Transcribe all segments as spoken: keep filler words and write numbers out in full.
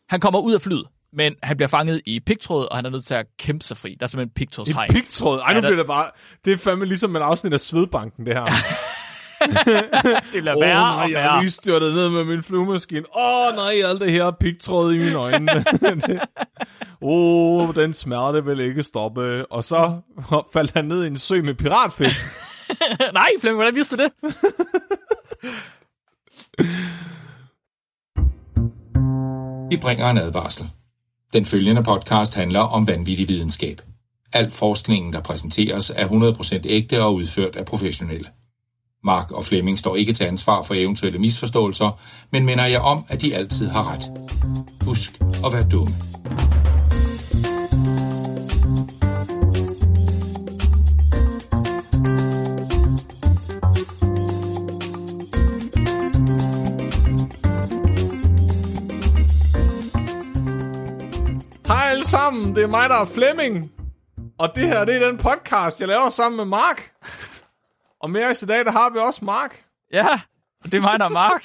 Han kommer ud af flyet, men han bliver fanget i pigtråd, og han er nødt til at kæmpe sig fri. Der er simpelthen pigtrådshegn. I pigtråd? Ej, nu ja, bliver det bare... Det er fandme ligesom en afsnit af Svedbanken, det her. Det bliver værre oh, nej, og værre. jeg har lige styrtet ned med min flyvemaskine. Åh oh, nej, alt det her pigtråd i mine øjne. Åh, oh, den smerte vil ikke stoppe. Og så faldt han ned i en sø med piratfisk. Nej, Flemming, hvordan vidste du det? Vi bringer en advarsel. Den følgende podcast handler om vanvittig videnskab. Al forskningen, der præsenteres, er hundrede procent ægte og udført af professionelle. Mark og Flemming står ikke til ansvar for eventuelle misforståelser, men minder jer om, at de altid har ret. Husk at være dumme. Hej alle sammen, det er mig, der er Flemming. Og det her, det er den podcast, jeg laver sammen med Mark. Og med os i dag, der har vi også Mark. Ja, det er mig, der er Mark.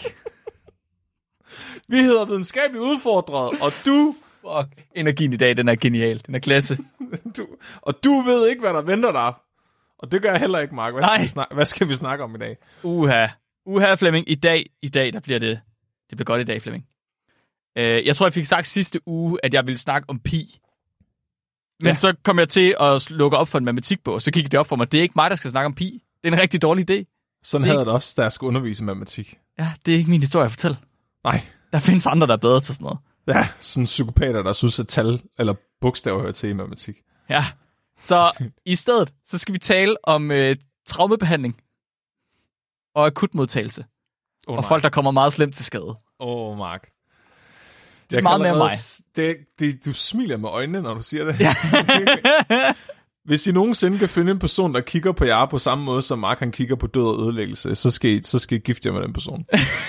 Vi hedder Videnskabeligt Udfordret, og du... Fuck, energien i dag, den er genial. Den er klasse. du og du ved ikke, hvad der venter dig. Og det gør jeg heller ikke, Mark. Hvad skal, vi, snak- hvad skal vi snakke om i dag? Uha. Uha, Flemming. I dag, i dag, der bliver det... Det bliver godt i dag, Flemming. Uh, jeg tror, jeg fik sagt sidste uge, at jeg ville snakke om pi. Men ja. Så kom jeg til at lukke op for en matematikbog, og så kiggede det op for mig. Det er ikke mig, der skal snakke om pi. Det er en rigtig dårlig idé. Sådan havde jeg det også, da jeg skulle undervise i matematik. Ja, det er ikke min historie at fortælle. Nej. Der findes andre, der er bedre til sådan noget. Ja, sådan psykopater, der synes, at tal eller bogstaver hører til i matematik. Ja, så i stedet, så skal vi tale om øh, traumebehandling og akutmodtagelse. Oh, og folk, der kommer meget slemt til skade. Åh, oh, Mark. Det er meget mere mig. Det, det, du smiler med øjnene, når du siger det. Ja. Hvis I nogensinde kan finde en person, der kigger på jer på samme måde, som Mark han kigger på død og ødelæggelse, så skal I, så skal I gifte jer med den person.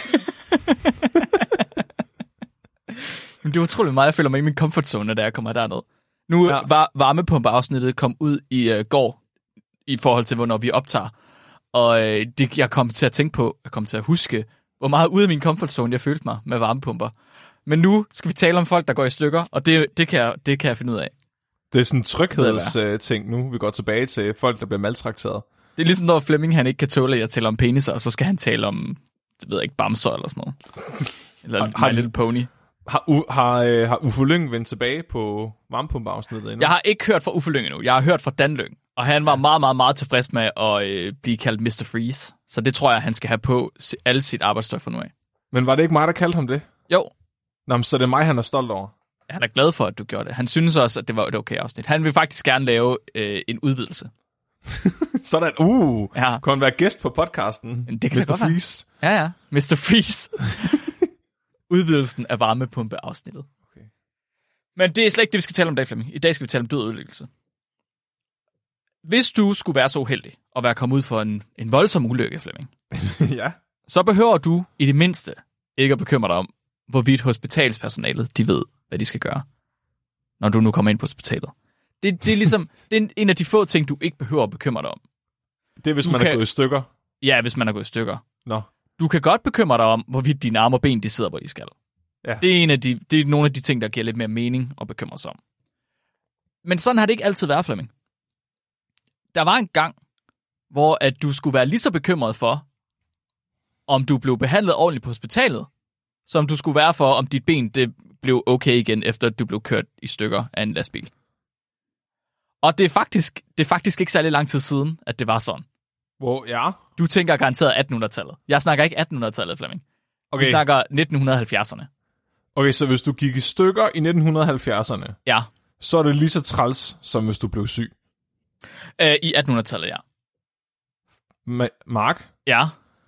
Men det er utroligt meget, jeg føler mig i min comfort zone, da jeg kommer derned. Nu ja. var varmepumpeafsnittet kom ud i uh, går, i forhold til, hvornår vi optager. Og uh, det, jeg kom til at tænke på, jeg kom til at huske, hvor meget ude af min comfort zone jeg følte mig med varmepumper. Men nu skal vi tale om folk, der går i stykker, og det, det, kan, jeg, det kan jeg finde ud af. Det er sådan en tryghedsting nu, vi går tilbage til folk, der bliver maltrakteret. Det er ligesom, når Flemming han ikke kan tåle, at jeg taler om peniser, og så skal han tale om, det ved jeg ikke, bamser eller sådan noget. Eller har, My Little Pony. Har, U, har, øh, har Uffe Lyng vendt tilbage på varmepumpeafsnittet endnu? Jeg har ikke hørt fra Uffe Lyng endnu. Jeg har hørt fra Dan Lyng. Og han var meget, meget, meget tilfreds med at øh, blive kaldt mister Freeze. Så det tror jeg, han skal have på alle sit arbejdstøj fra nu af. Men var det ikke mig, der kaldte ham det? Jo. Nå, så det er mig, han er stolt over. Han er glad for, at du gjorde det. Han synes også, at det var et okay afsnit. Han vil faktisk gerne lave øh, en udvidelse. Sådan, uh, ja. Kunne han være gæst på podcasten? Det kan mister Freeze. Være. Ja, ja. mister Freeze. Udvidelsen af varmepumpeafsnittet. Okay. Men det er slet ikke det, vi skal tale om i dag, Flemming. I dag skal vi tale om død og ødelæggelse. Hvis du skulle være så uheldig at være kommet ud for en, en voldsom ulykke, Flemming, ja. så behøver du i det mindste ikke at bekymre dig om, hvorvidt hospitalspersonalet, de ved, hvad de skal gøre, når du nu kommer ind på hospitalet. Det, det er ligesom, det er en af de få ting, du ikke behøver at bekymre dig om. Det er, hvis du man kan, er gået i stykker? Ja, hvis man er gået i stykker. Nå. Du kan godt bekymre dig om, hvorvidt dine arme og ben, de sidder, hvor de skal. Ja. Det er, en af de, det er nogle af de ting, der giver lidt mere mening at bekymre sig om. Men sådan har det ikke altid været, Flemming. Der var en gang, hvor at du skulle være lige så bekymret for, om du blev behandlet ordentligt på hospitalet, som du skulle være for, om dit ben det blev okay igen, efter at du blev kørt i stykker af en lastbil. Og det er faktisk, det er faktisk ikke særlig lang tid siden, at det var sådan. Hvor, ja. Du tænker garanteret attenhundredetallet. Jeg snakker ikke attenhundredetallet, Flemming. Okay. Vi snakker nitten halvfjerdserne. Okay, så hvis du gik i stykker i nitten halvfjerdserne, ja. Så er det lige så træls, som hvis du blev syg. Øh, I attenhundredetallet, ja. Ma- Mark? Ja?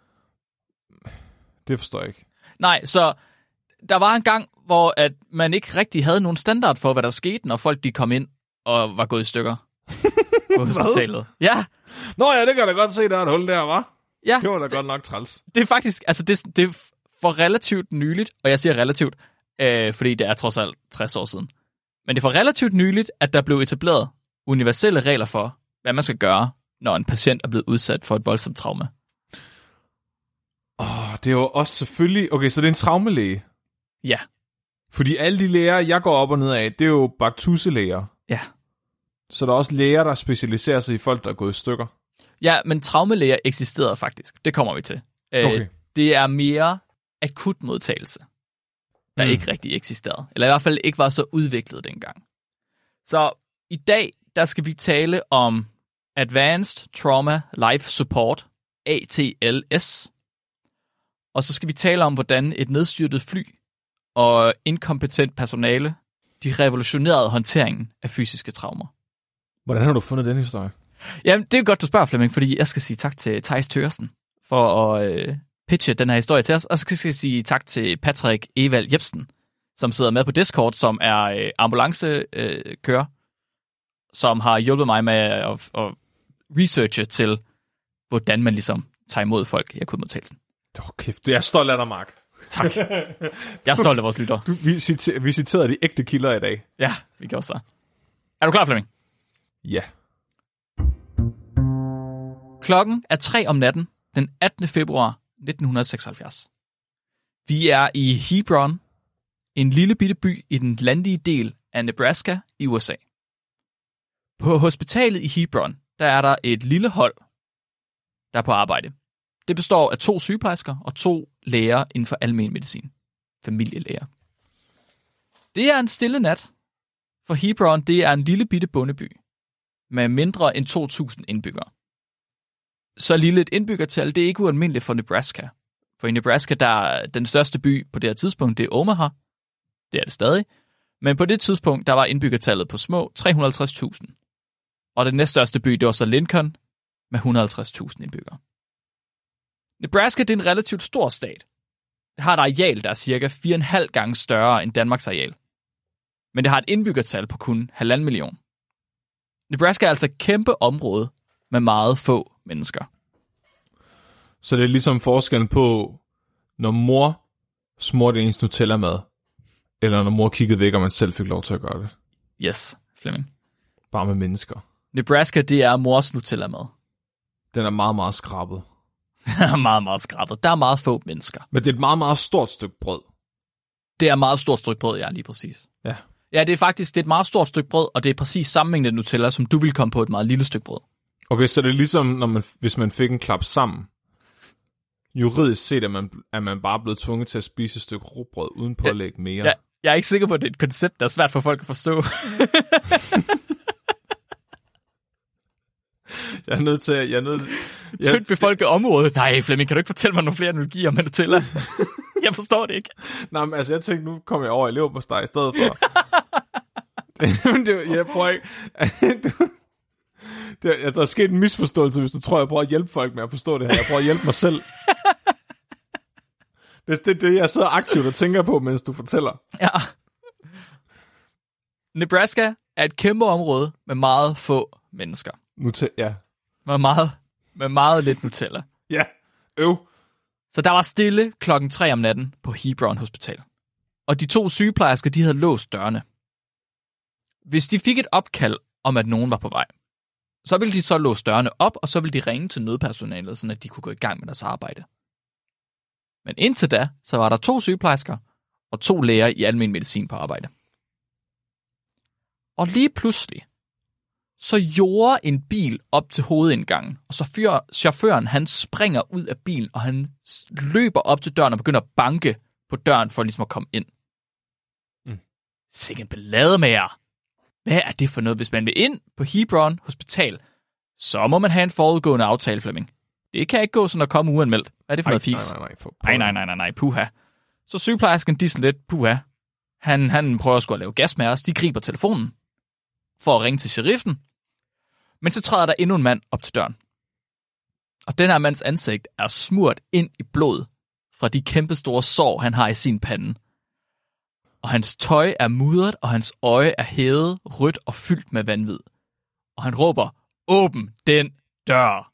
Det forstår jeg ikke. Nej, så der var en gang, hvor at man ikke rigtig havde nogen standard for, hvad der skete, når folk de kom ind og var gået i stykker på hospitalet. Ja. Nå ja, det kan da godt se, der er et hul der, var. Ja. Det var da det, godt nok træls. Det er faktisk, altså det, det er for relativt nyligt, og jeg siger relativt, øh, fordi det er trods alt tres år siden. Men det er for relativt nyligt, at der blev etableret universelle regler for, hvad man skal gøre, når en patient er blevet udsat for et voldsomt traume. Åh, oh, det er jo også selvfølgelig... Okay, så det er en traumelæge? Ja. Fordi alle de læger, jeg går op og ned af, det er jo baktuselæger. Ja. Så der er også læger, der specialiserer sig i folk, der er gået i stykker. Ja, men traumelæger eksisterede faktisk. Det kommer vi til. Okay. Øh, det er mere akut modtagelse, der mm. ikke rigtig eksisterede. Eller i hvert fald ikke var så udviklet dengang. Så i dag, der skal vi tale om Advanced Trauma Life Support, A T L S. Og så skal vi tale om, hvordan et nedstyrtet fly og inkompetent personale, de revolutionerede håndteringen af fysiske traumer. Hvordan har du fundet den historie? Jamen, det er godt, du spørger, Flemming, fordi jeg skal sige tak til Theis Thøgersen for at øh, pitche den her historie til os. Og så skal jeg sige tak til Patrick Evald Jebsen, som sidder med på Discord, som er øh, ambulancekører, øh, som har hjulpet mig med at, at researche til, hvordan man ligesom tager imod folk i akutmodtagelsen. Åh, kæft, jeg er stolt af dig, Mark. Tak. Jeg er stolt af vores lytter. Du, vi, citer, vi citerede de ægte kilder i dag. Ja, vi gjorde så. Er du klar, Flemming? Ja. Klokken er tre om natten, den attende februar nitten seksoghalvfjerds. Vi er i Hebron, en lille bitte by i den landlige del af Nebraska i U S A. På hospitalet i Hebron, der er der et lille hold, der er på arbejde. Det består af to sygeplejersker og to læger inden for almen medicin. Familielæger. Det er en stille nat, for Hebron, det er en lille bitte bondeby med mindre end to tusind indbyggere. Så lille et indbyggertal, det er ikke ualmindeligt for Nebraska. For i Nebraska, der er den største by på det her tidspunkt, det er Omaha. Det er det stadig. Men på det tidspunkt, der var indbyggertallet på små tre hundrede og halvtreds tusind. Og den næststørste by, det var så Lincoln med et hundrede og halvtreds tusind indbyggere. Nebraska, det er en relativt stor stat. Det har et areal, der er cirka fire komma fem gange større end Danmarks areal. Men det har et indbyggertal på kun halvanden million. Nebraska er altså et kæmpe område med meget få mennesker. Så det er ligesom forskellen på, når mor smurte ens Nutella-mad, eller når mor kiggede væk, og man selv fik lov til at gøre det. Yes, Flemming. Bare med mennesker. Nebraska, det er mors Nutella-mad. Den er meget, meget skrabet. meget, meget skrabet. Der er meget få mennesker. Men det er et meget, meget stort stykke brød. Det er et meget stort stykke brød, ja, lige præcis. Ja. Ja, det er faktisk det er et meget stort stykke brød, og det er præcis samme mængde Nutella, som du ville komme på et meget lille stykke brød. Okay, så det er ligesom, når man, hvis man fik en klap sammen. Juridisk set er man, er man bare blevet tvunget til at spise et stykke rugbrød, uden på ja, at lægge mere. Ja, jeg er ikke sikker på, at det er et koncept, der er svært for folk at forstå. jeg er nødt til at... Jeg er nødt, jeg... Tyndt befolket område. Nej, Flemming, kan du ikke fortælle mig nogle flere analogier med Nutella? Jeg forstår det ikke. Nej, men altså, jeg tænkte, nu kommer jeg over i leverpostej i stedet for. det, jeg prøver ikke... det, der er sket en misforståelse, hvis du tror, jeg prøver at hjælpe folk med at forstå det her. Jeg prøver at hjælpe mig selv. Det er det, det, jeg sidder aktivt og tænker på, mens du fortæller. Ja. Nebraska er et kæmpe område med meget få mennesker. Nutella, ja. Med meget, med meget lidt Nutella. Ja, øv. Så der var stille klokken tre om natten på Hebron Hospital. Og de to sygeplejersker, de havde låst dørene. Hvis de fik et opkald om, at nogen var på vej, så ville de så låse dørene op, og så ville de ringe til nødpersonalet, så de kunne gå i gang med deres arbejde. Men indtil da, så var der to sygeplejersker og to læger i almen medicin på arbejde. Og lige pludselig, så gjorde en bil op til hovedindgangen, og så fyr, chaufføren, han springer ud af bilen, og han løber op til døren og begynder at banke på døren for ligesom at komme ind. Mm. Sikke ballade med jer. Hvad er det for noget? Hvis man vil ind på Hebron Hospital, så må man have en forudgående aftale, Flemming. Det kan ikke gå sådan at komme uanmeldt. Hvad er det for Ej, noget fis? Nej, nej, nej. For, nej, nej, nej, nej, nej, puha. Så sygeplejersken, de sådan lidt, puha. Han, han prøver sgu at lave gas med os. De griber telefonen for at ringe til sheriffen. Men så træder der endnu en mand op til døren. Og den her mands ansigt er smurt ind i blod fra de kæmpe store sår, han har i sin pande. Og hans tøj er mudret, og hans øje er hævet, rødt og fyldt med vanvid. Og han råber, åbn den dør.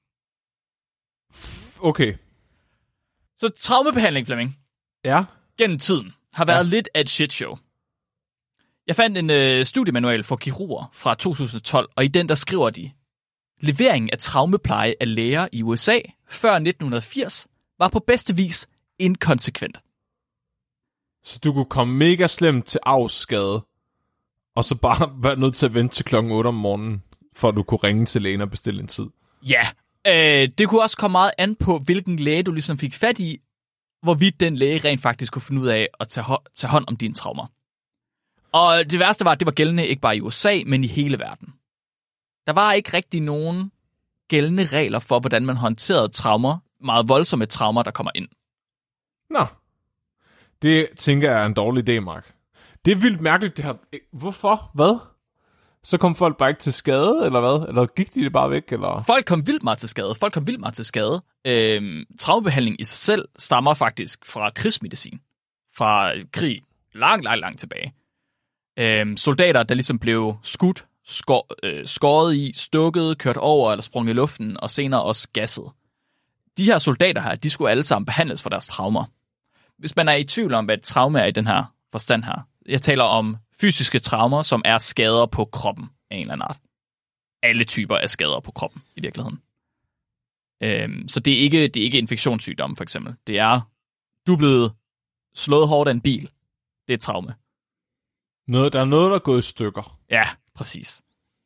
Okay. Så traumebehandling, Flemming, ja. gennem tiden har været ja. lidt af et shitshow. Jeg fandt en øh, studiemanual for kirurger fra to tusind og tolv, og i den der skriver de, leveringen af traumepleje af læger i U S A før nitten firs var på bedste vis inkonsekvent. Så du kunne komme mega slemt til afskade, og så bare være nødt til at vente til klokken otte om morgenen, for at du kunne ringe til lægen og bestille en tid. Ja, øh, det kunne også komme meget an på, hvilken læge du ligesom fik fat i, hvorvidt den læge rent faktisk kunne finde ud af at tage, ho- tage hånd om dine traumer. Og det værste var, at det var gældende ikke bare i U S A, men i hele verden. Der var ikke rigtig nogen gældende regler for, hvordan man håndterede traumer, meget voldsomme traumer, der kommer ind. Nå, det tænker jeg er en dårlig idé, Mark. Det er vildt mærkeligt, det her. Hvorfor? Hvad? Så kom folk bare ikke til skade, eller hvad? Eller gik de det bare væk, eller? Folk kom vildt meget til skade. Folk kom vildt meget til skade. Øhm, traumebehandling i sig selv stammer faktisk fra krigsmedicin. Fra krig langt, langt, langt tilbage. Øhm, soldater, der ligesom blev skudt, skår, øh, skåret i, stukket, kørt over eller sprunget i luften, og senere også gasset. De her soldater her, de skulle alle sammen behandles for deres traumer. Hvis man er i tvivl om, hvad et traume er i den her forstand her, jeg taler om fysiske traumer, som er skader på kroppen af en eller anden art. Alle typer af skader på kroppen, i virkeligheden. Øhm, så det er ikke, det er ikke infektionssygdomme, for eksempel. Det er, du er blevet slået hårdt af en bil. Det er et traume. Noget, der er noget, der er gået i stykker. Ja, præcis.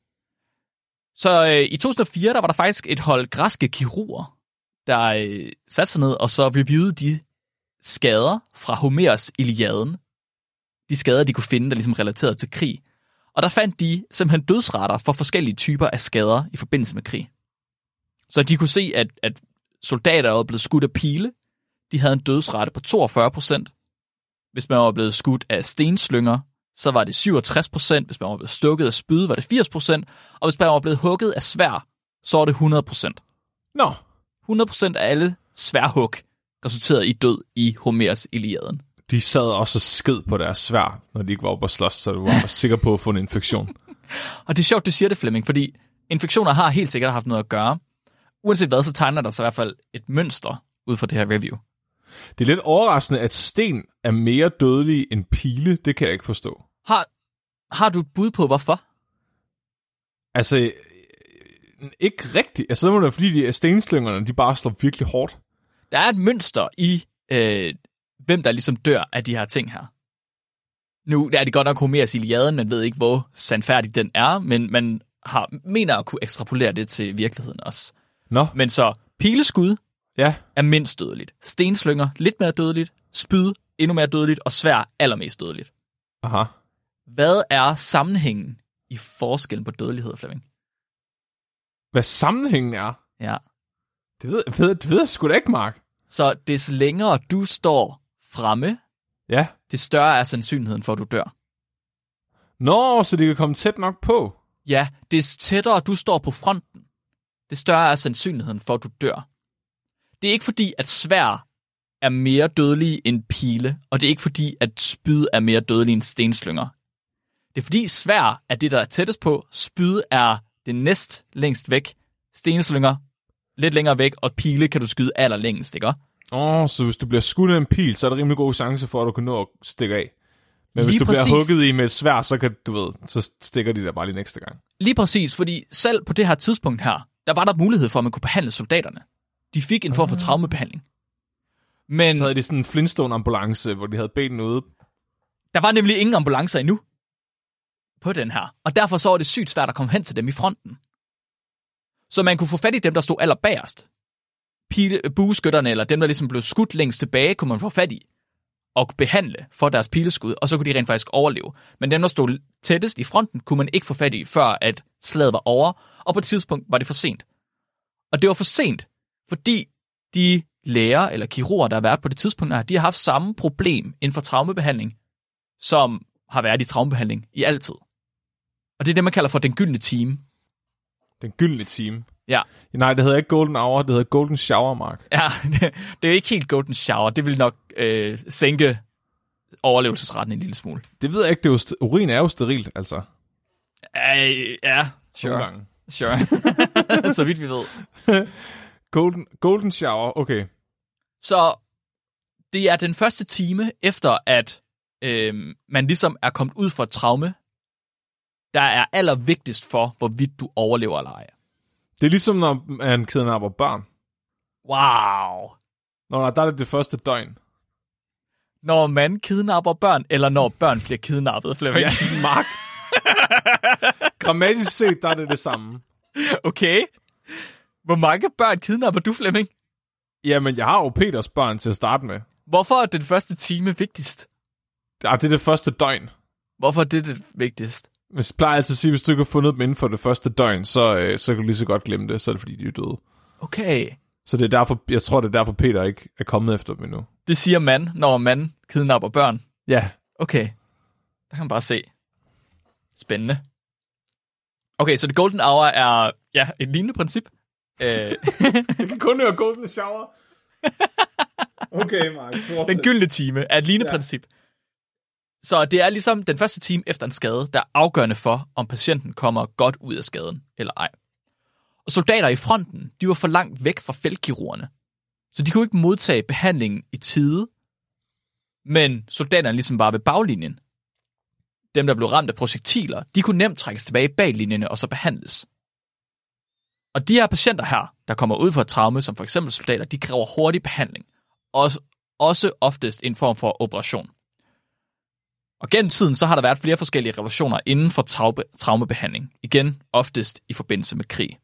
Så øh, i to tusind og fire, der var der faktisk et hold græske kirurger, der øh, satte sig ned og så reviewede de skader fra Homers Iliaden. De skader, de kunne finde, der ligesom relateret til krig. Og der fandt de simpelthen dødsrater for forskellige typer af skader i forbindelse med krig. Så de kunne se, at, at soldater var blevet skudt af pile. De havde en dødsrate på toogfyrre procent. Hvis man var blevet skudt af stenslynger, så var det syvogtres procent. Hvis man var blevet stukket af spyd, var det firs procent. Og hvis man var blevet hugget af sværd, så var det hundrede procent. Nå. hundrede procent af alle sværhug resulterede i død i Homers Iliaden. De sad også og sked på deres sværd, når de ikke var oppe og slås, så du var sikker på at få en infektion. Og det er sjovt, du siger det, Flemming, fordi infektioner har helt sikkert haft noget at gøre. Uanset hvad, så tegner der sig i hvert fald et mønster ud fra det her review. Det er lidt overraskende, at sten er mere dødelige end pile. Det kan jeg ikke forstå. Har, har du et bud på, hvorfor? Altså, ikke rigtigt. Altså, så må det være, fordi de stenslyngerne, de bare slår virkelig hårdt. Der er et mønster i, øh, hvem der ligesom dør af de her ting her. Nu er det godt nok Homers Iliaden, man ved ikke, hvor sandfærdig den er, men man har, mener at kunne ekstrapolere det til virkeligheden også. Nå. Men så pileskud ja. er mindst dødeligt. Stenslynger lidt mere dødeligt. Spyd endnu mere dødeligt. Og sværd allermest dødeligt. Aha. Hvad er sammenhængen i forskellen på dødelighed, Flemming? Hvad sammenhængen er? Ja. Det ved, ved, det ved jeg sgu da ikke, Mark. Så des længere du står fremme, ja. des større er sandsynligheden for, at du dør. Nå, så det kan komme tæt nok på. Ja, des tættere du står på fronten, des større er sandsynligheden for, at du dør. Det er ikke fordi, at sværd er mere dødelige end pile, og det er ikke fordi, at spyd er mere dødelige end stenslynger. Det er fordi sværd er det, der er tættest på, spyd er det næst længst væk, stenslynger lidt længere væk, og pile kan du skyde allerlængst, ikke? Åh, oh, så hvis du bliver skudt af en pil, så er der rimelig god chance for, at du kan nå at stikke af. Men lige hvis du præcis. bliver hugget i med et sværd, så kan du ved, så stikker de der bare lige næste gang. Lige præcis, fordi selv på det her tidspunkt her, der var der mulighed for, at man kunne behandle soldaterne. De fik en form for traumebehandling. Men så havde de sådan en Flintstone-ambulance, hvor de havde benene ude. Der var nemlig ingen ambulancer endnu på den her. Og derfor så var det sygt svært at komme hen til dem i fronten. Så man kunne få fat i dem, der stod allerbagerst. Pile, bueskytterne, eller dem, der ligesom blev skudt længst tilbage, kunne man få fat i og behandle for deres pileskud, og så kunne de rent faktisk overleve. Men dem, der stod tættest i fronten, kunne man ikke få fat i, før at slaget var over, og på et tidspunkt var det for sent. Og det var for sent, fordi de læger eller kirurger, der har været på det tidspunkt her, de har haft samme problem inden for traumebehandling, som har været i traumebehandling i altid. Og det er det, man kalder for den gyldne time. Den gyldne time? Ja. Nej, det hedder ikke golden hour, det hedder golden shower, Mark. Ja, det, det er jo ikke helt golden shower. Det vil nok øh, sænke overlevelsesretten en lille smule. Det ved jeg ikke. Det er jo st- urin er jo sterilt, altså. Øh, ja, sure. Sure. Så vidt vi ved. golden, golden shower, okay. Så det er den første time efter, at øh, man ligesom er kommet ud for et traume, der er allervigtigst for, hvorvidt du overlever eller ej. Det er ligesom, når man kidnapper børn. Wow. Nå, der er det det første døgn. Når man kidnapper børn, eller når børn bliver kidnappet, Flemming? Ja, Mark. Grammatisk set, der er det det samme. Okay. Hvor mange børn kidnapper du, Flemming? Jamen, jeg har jo Peters børn til at starte med. Hvorfor er den første time vigtigst? Ja, det er det første døgn. Hvorfor er det det vigtigst? Hvis jeg plejer altid at sige, hvis du ikke har fundet dem inden for det første døgn, så, øh, så kan du lige så godt glemme det, så er det fordi, de er døde. Okay. Så det er derfor, jeg tror, det er derfor, Peter ikke er kommet efter dem endnu. Det siger man, når man kidnapper børn. Ja. Okay. Der kan man bare se. Spændende. Okay, så det golden hour er ja, et lignende princip. Jeg kan kun høre golden shower. Okay, Mark. Den gyldne time er et lignende ja. princip. Så det er ligesom den første time efter en skade, der er afgørende for, om patienten kommer godt ud af skaden eller ej. Og soldater i fronten, de var for langt væk fra feltkirurgerne. Så de kunne ikke modtage behandlingen i tide. Men soldaterne ligesom bare ved baglinjen. Dem, der blev ramt af projektiler, de kunne nemt trækkes tilbage i baglinjerne og så behandles. Og de her patienter her, der kommer ud for et traume, som for eksempel soldater, de kræver hurtig behandling. Også, også oftest en form for operation. Og gennem tiden, så har der været flere forskellige relationer inden for traume, traumebehandling. Igen, oftest i forbindelse med krig.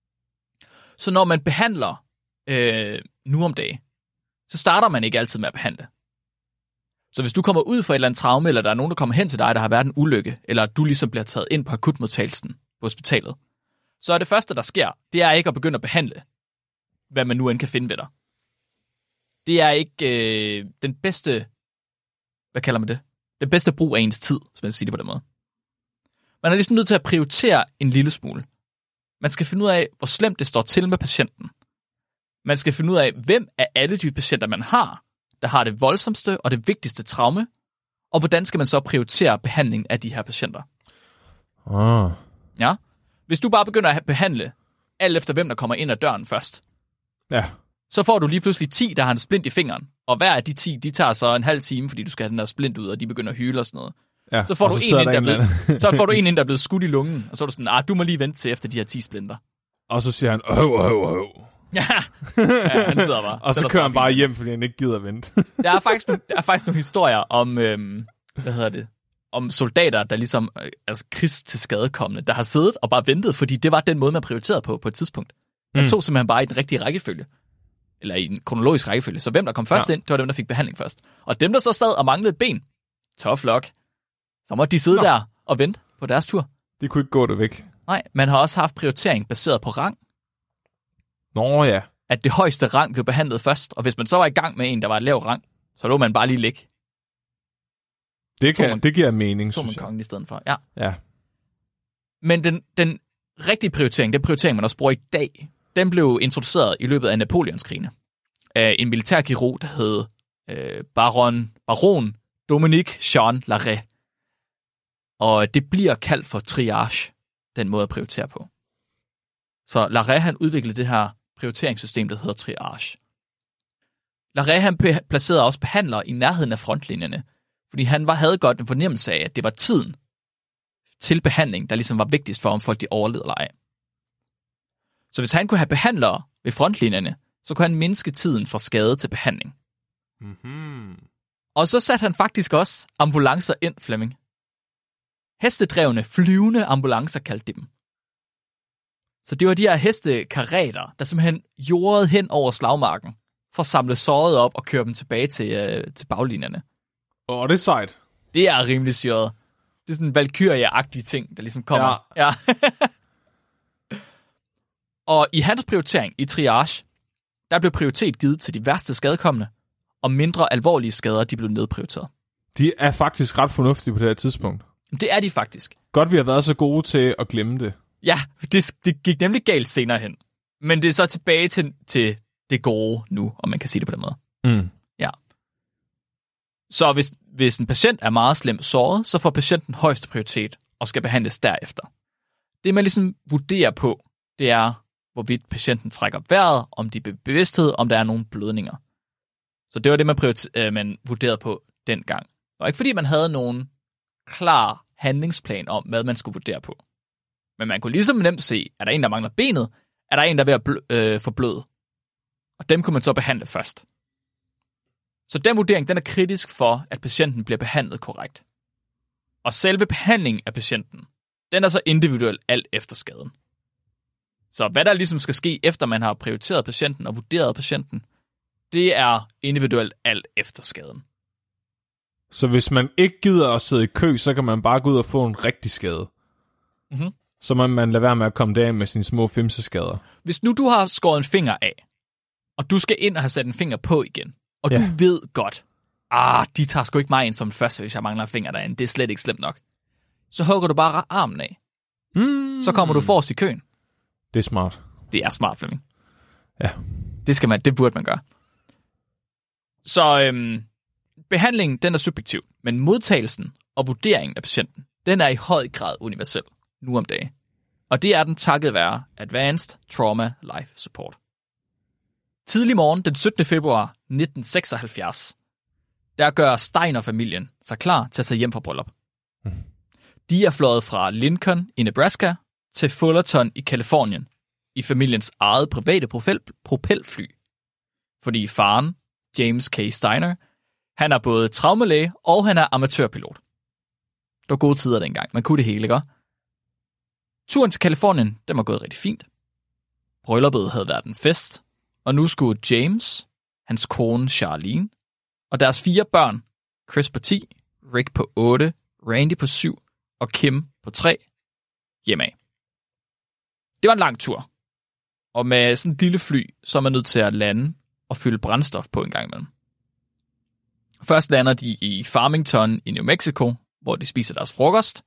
Så når man behandler øh, nu om dagen, så starter man ikke altid med at behandle. Så hvis du kommer ud for et eller andet traume, eller der er nogen, der kommer hen til dig, der har været en ulykke, eller du ligesom bliver taget ind på akutmodtagelsen på hospitalet, så er det første, der sker, det er ikke at begynde at behandle, hvad man nu end kan finde ved dig. Det er ikke øh, den bedste, hvad kalder man det? Den bedste brug af ens tid, hvis man siger det på den måde. Man er ligesom nødt til at prioritere en lille smule. Man skal finde ud af, hvor slemt det står til med patienten. Man skal finde ud af, hvem af alle de patienter, man har, der har det voldsomste og det vigtigste traume, og hvordan skal man så prioritere behandling af de her patienter. Oh. Ja. Hvis du bare begynder at behandle, alt efter hvem der kommer ind ad døren først, ja. så får du lige pludselig ti, der har en splint i fingeren. Og hver af de ti, de tager så en halv time, fordi du skal have den der splint ud, og de begynder at hyle og sådan noget. Ja, så får du så en, ind, der en blevet, så får du en ind, der er blevet skudt i lungen, og så er du sådan, ah, du må lige vente til efter de her ti splinter. Og så siger han, åh, åh, åh. Ja, ja, han sidder bare. Og så kører han bare hjem, fordi han ikke gider at vente. der, er faktisk nogle, der er faktisk nogle historier om, øhm, hvad hedder det, om soldater, der ligesom, øh, altså krigs til skadekommende, der har siddet og bare ventet, fordi det var den måde, man prioriterede på på et tidspunkt. Man mm. tog simpelthen bare i den rigtige rækkefølge. Eller i en kronologisk rækkefølge. Så hvem der kom først ja. ind, det var dem, der fik behandling først. Og dem, der så stad og manglede ben, tough luck, så måtte de sidde Nå. der og vente på deres tur. De kunne ikke gå det væk. Nej, man har også haft prioritering baseret på rang. Nå ja. At det højeste rang blev behandlet først, og hvis man så var i gang med en, der var et lav rang, så lå man bare lige ligge. Det, kan, man, det giver mening, så man kongen i stedet for, ja. ja. Men den, den rigtige prioritering, den prioritering, man også bruger i dag, den blev introduceret i løbet af Napoleonskrigene af en militærkirurg, der hed øh, Baron, Baron Dominique Jean Larrey. Og det bliver kaldt for triage, den måde at prioritere på. Så Larrey, han udviklede det her prioriteringssystem, der hedder triage. Larrey, han placerede også behandlere i nærheden af frontlinjerne, fordi han var, havde godt en fornemmelse af, at det var tiden til behandling, der ligesom var vigtigst for, om folk de overlevede eller ej. Så hvis han kunne have behandlere ved frontlinjerne, så kunne han mindske tiden fra skade til behandling. Mm-hmm. Og så satte han faktisk også ambulancer ind, Flemming. Hestedrevne, flyvende ambulancer kaldte de dem. Så det var de her hestekarater, der simpelthen jordede hen over slagmarken, for at samle såret op og køre dem tilbage til, øh, til baglinjerne. Åh, oh, det er sejt. Det er rimelig syret. Det er sådan en Valkyria-agtige ting, der ligesom kommer. Ja. ja. Og i hans prioritering i triage, der blev prioritet givet til de værste skadekommende, og mindre alvorlige skader, de blev nedprioriteret. De er faktisk ret fornuftige på det her tidspunkt. Det er de faktisk. Godt, vi har været så gode til at glemme det. Ja, det, det gik nemlig galt senere hen. Men det er så tilbage til, til det gode nu, om man kan sige det på den måde. Mm. Ja. Så hvis, hvis en patient er meget slemt såret, så får patienten højeste prioritet og skal behandles derefter. Det, man ligesom vurderer på, det er, hvorvidt patienten trækker vejret, om de er bevidsthed, om der er nogle blødninger. Så det var det, man, prioriter- man vurderede på dengang. Det var ikke fordi, man havde nogen klar handlingsplan om, hvad man skulle vurdere på. Men man kunne ligesom nemt se, er der en, der mangler benet, er der en, der er ved at blø- øh, forbløde. Og dem kunne man så behandle først. Så den vurdering, den er kritisk for, at patienten bliver behandlet korrekt. Og selve behandlingen af patienten, den er så individuel alt efter skaden. Så hvad der ligesom skal ske, efter man har prioriteret patienten og vurderet patienten, det er individuelt alt efter skaden. Så hvis man ikke gider at sidde i kø, så kan man bare gå ud og få en rigtig skade. Mm-hmm. Så må man lade være med at komme deraf med sine små femseskader. Hvis nu du har skåret en finger af, og du skal ind og have sat en finger på igen, og ja. du ved godt, ah, de tager sgu ikke mig ind som første, hvis jeg mangler en finger derinde. Det er slet ikke slemt nok. Så hugger du bare armen af. Mm. Så kommer du forrest i køen. Det er smart. Det er smart, Flemming. Ja. Det skal man, det burde man gøre. Så øhm, behandlingen, den er subjektiv, men modtagelsen og vurderingen af patienten, den er i høj grad universel nu om dagen. Og det er den takket være Advanced Trauma Life Support. Tidlig morgen den syttende februar nitten seksoghalvfjerds, der gør Steiner-familien sig klar til at tage hjem fra bryllup. Mm. De er fløjet fra Lincoln i Nebraska til Fullerton i Californien i familiens eget private propel- propelfly. Fordi faren, James K. Steiner, han er både traumelæge og han er amatørpilot. Det var gode tider dengang. Man kunne det hele, ikke? Turen til Californien, den var gået rigtig fint. Brylluppet havde været en fest, og nu skulle James, hans kone Charlene, og deres fire børn, Chris på ti, Rick på otte, Randy på syv og Kim på tre, hjemme af. Det var en lang tur, og med sådan et lille fly, så er man nødt til at lande og fylde brændstof på en gang imellem. Først lander de i Farmington i New Mexico, hvor de spiser deres frokost,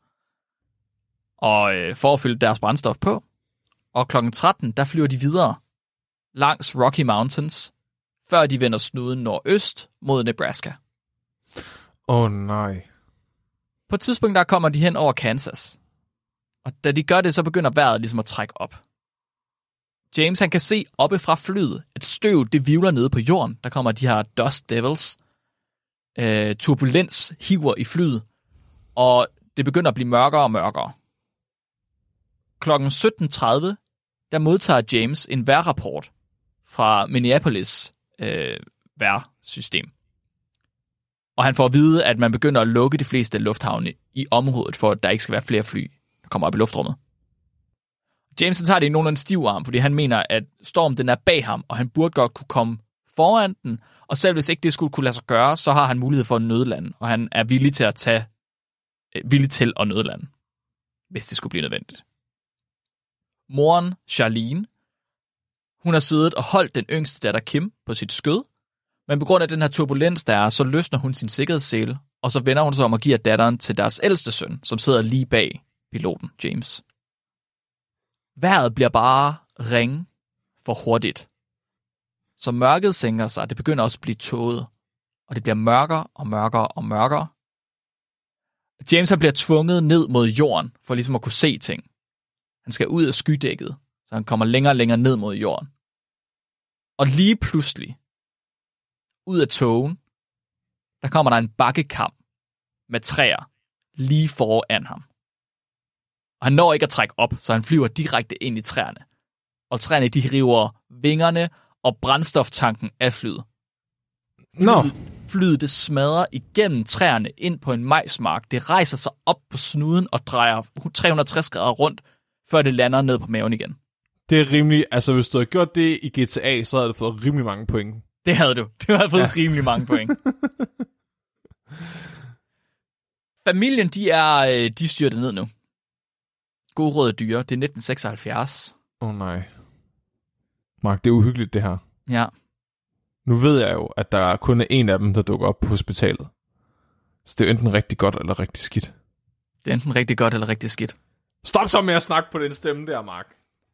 og øh, for at fylde deres brændstof på. Og klokken tretten, der flyver de videre langs Rocky Mountains, før de vender snuden nordøst mod Nebraska. Åh oh, nej. På et tidspunkt, der kommer de hen over Kansas. Og da de gør det, så begynder vejret ligesom at trække op. James, han kan se oppe fra flyet, at støv, det vivler nede på jorden. Der kommer de her Dust Devils. Øh, turbulens hiver i flyet, og det begynder at blive mørkere og mørkere. Klokken sytten tredive, der modtager James en vejrrapport fra Minneapolis øh, vejrsystem. Og han får at vide, at man begynder at lukke de fleste lufthavne i området, for at der ikke skal være flere fly, der kommer op i luftrummet. James tager det i nogenlunde stiv arm, fordi han mener, at stormen den er bag ham, og han burde godt kunne komme foran den, og selv hvis ikke det skulle kunne lade sig gøre, så har han mulighed for at nødlande, og han er villig til at tage, øh, villig til at nødlande, hvis det skulle blive nødvendigt. Moren, Charlene, hun har siddet og holdt den yngste datter Kim på sit skød, men på grund af den her turbulens, der er, så løsner hun sin sikkerhedssele, og så vender hun sig om og giver datteren til deres ældste søn, som sidder lige bag piloten, James. Vejret bliver bare ringe for hurtigt. Så mørket sænker sig, det begynder også at blive tåget, og det bliver mørkere og mørkere og mørkere. James han bliver tvunget ned mod jorden, for ligesom at kunne se ting. Han skal ud af skydækket, så han kommer længere og længere ned mod jorden. Og lige pludselig, ud af tågen, der kommer der en bakkekam med træer lige foran ham. Og han når ikke at trække op, så han flyver direkte ind i træerne. Og træerne, de river vingerne og brændstoftanken af flyet. Flyet, no. flyet det smadrer igennem træerne ind på en majsmark. Det rejser sig op på snuden og drejer tre hundrede og tres grader rundt, før det lander ned på maven igen. Det er rimelig, altså hvis du havde gjort det i G T A, så havde du fået rimelig mange point. Det havde du. Du havde fået ja. rimelig mange point. Familien, de er de styrtet ned nu. God røde dyre, det er nitten seksoghalvfjerds. Åh oh, nej. Mark, det er uhyggeligt det her. Ja. Nu ved jeg jo, at der er kun en af dem, der dukker op på hospitalet. Så det er enten rigtig godt eller rigtig skidt. Det er enten rigtig godt eller rigtig skidt. Stop så med at snakke på den stemme der, Mark.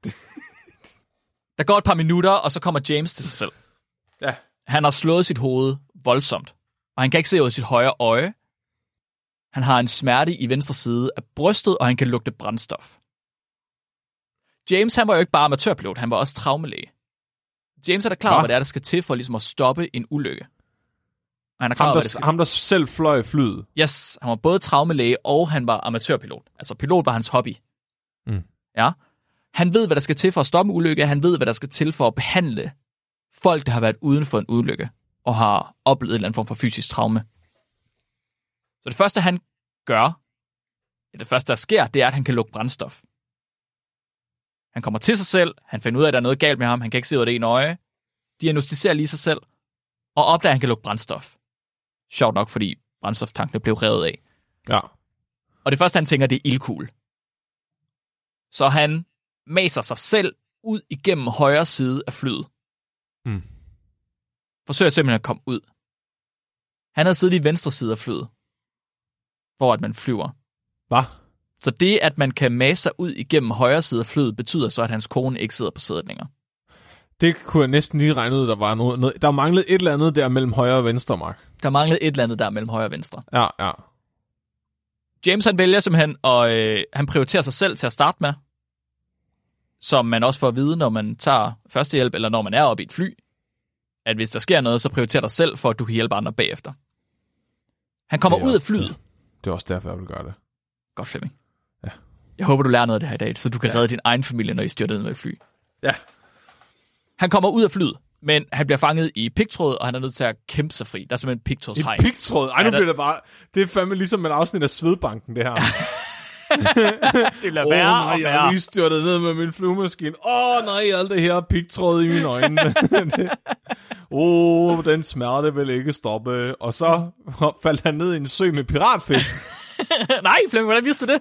Der går et par minutter, og så kommer James til sig selv. Ja. Han har slået sit hoved voldsomt, og han kan ikke se ud af sit højre øje. Han har en smerte i venstre side af brystet, og han kan lugte brændstof. James, han var jo ikke bare amatørpilot, han var også traumelæge. James er da klar over, ja. hvad det er, der skal til for ligesom at stoppe en ulykke. Og han er klar ham, over, der, skal... ham, der selv fløj flyet. Yes, han var både traumelæge, og han var amatørpilot. Altså, pilot var hans hobby. Mm. Ja. Han ved, hvad der skal til for at stoppe en ulykke. Han ved, hvad der skal til for at behandle folk, der har været uden for en ulykke. og har oplevet en eller anden form for fysisk traume. Så det første, han gør, det første, der sker, det er, at han kan lukke brændstof. Han kommer til sig selv, han finder ud af, at der er noget galt med ham, han kan ikke se ud af det ene øje, diagnostiserer lige sig selv, og opdager, at han kan lukke brændstof. Sjovt nok, fordi brændstoftankene blev revet af. Ja. Og det første, han tænker, det er ildkugle. Så han maser sig selv ud igennem højre side af flyet. Mm. Forsøger simpelthen at komme ud. Han havde siddet i venstre side af flyet, hvor at man flyver. Hvad? Så det, at man kan mase sig ud igennem højre side af flyet, betyder så, at hans kone ikke sidder på sædet længere. Det kunne jeg næsten lige regne ud, der var noget, noget. Der manglede et eller andet der mellem højre og venstre, Mark. Der manglede et eller andet der mellem højre og venstre. Ja, ja. James, han vælger simpelthen, og øh, han prioriterer sig selv til at starte med, som man også får at vide, når man tager førstehjælp, eller når man er oppe i et fly, at hvis der sker noget, så prioriterer dig selv, for at du kan hjælpe andre bagefter. Han kommer ud af flyet. Det, det er også derfor, jeg vil gøre det. Godt, Flemming. Ja. Jeg håber, du lærer noget af det her i dag, så du kan ja. redde din egen familie, når I styrter ned med et fly. Ja. Han kommer ud af flyet, men han bliver fanget i pigtråd, og han er nødt til at kæmpe sig fri. Der er simpelthen en pigtrådshegn. I pigtråd? Ej, nu ja, der... bliver det bare... Det er fandme ligesom et afsnit af Svedbanken, det her. det bliver oh, værre nej, og værre. Jeg har lige styrtet ned med min flyvemaskine. Åh oh, nej, alt det her pigtråd i mine øjne. Åh, oh, den smerte vil ikke stoppe. Og så faldt han ned i en sø med piratfisk. Nej, Flemming, hvordan vidste du det?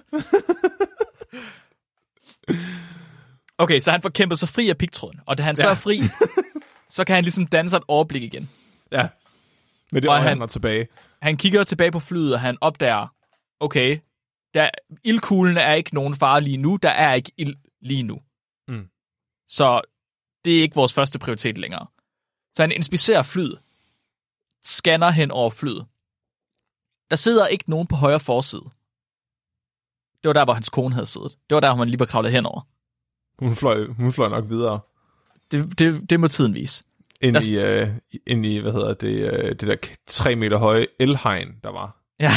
Okay, så han får kæmpet sig fri af pigtråden, og da han så ja. er fri, så kan han ligesom danne sig et overblik igen. Ja, med det og øje, han, han var tilbage. Han kigger tilbage på flyet, og han opdager, okay, der, ildkuglen er ikke nogen fare lige nu, der er ikke ild lige nu. Mm. Så det er ikke vores første prioritet længere. Så han inspicerer flyet, scanner hen over flyet. Der sidder ikke nogen på højre forside. Det var der, hvor hans kone havde siddet. Det var der, hvor man lige var kravlet henover. Hun fløj, hun fløj nok videre. Det, det, det må tiden vise. Ind der... i, øh, ind i, hvad hedder det, øh, det der tre meter høje elhegn, der var. Ja.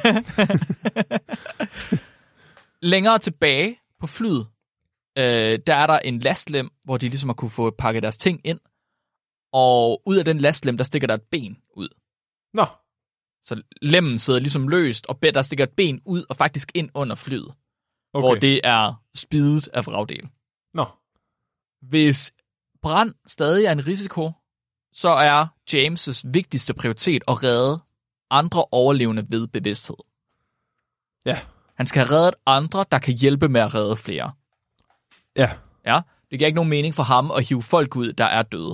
Længere tilbage på flyet, øh, der er der en lastlem, hvor de ligesom har kunne få pakket deres ting ind. Og ud af den lastlem, der stikker der et ben ud. Nå. Så lemmen sidder ligesom løst, og der stikker et ben ud og faktisk ind under flyet. Okay. Hvor det er spidet af vragdel. Nå. Hvis brand stadig er en risiko, så er James' vigtigste prioritet at redde andre overlevende ved bevidsthed. Ja. Han skal have reddet andre, der kan hjælpe med at redde flere. Ja. Ja, det giver ikke nogen mening for ham at hive folk ud, der er døde.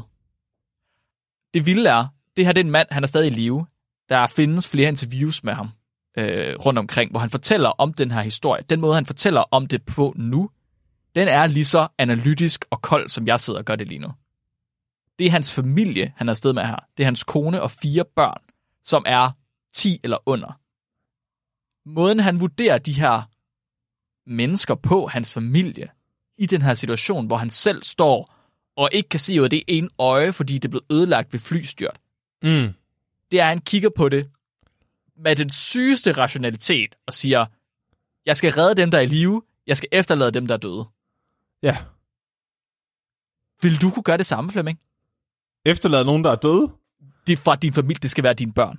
Det vilde er, det her det er en mand, han er stadig i live. Der findes flere interviews med ham øh, rundt omkring, hvor han fortæller om den her historie. Den måde, han fortæller om det på nu, den er lige så analytisk og kold, som jeg sidder og gør det lige nu. Det er hans familie, han er afsted med her. Det er hans kone og fire børn, som er ti eller under. Måden, han vurderer de her mennesker på, hans familie, i den her situation, hvor han selv står og ikke kan se ud af det ene øje, fordi det er blevet ødelagt ved flystyrt. Mm. Det er, at han kigger på det med den sygeste rationalitet og siger, jeg skal redde dem, der er i live, jeg skal efterlade dem, der er døde. Ja. Vil du kunne gøre det samme, Flemming? Efterlade nogen, der er døde? Det er fra din familie, det skal være dine børn.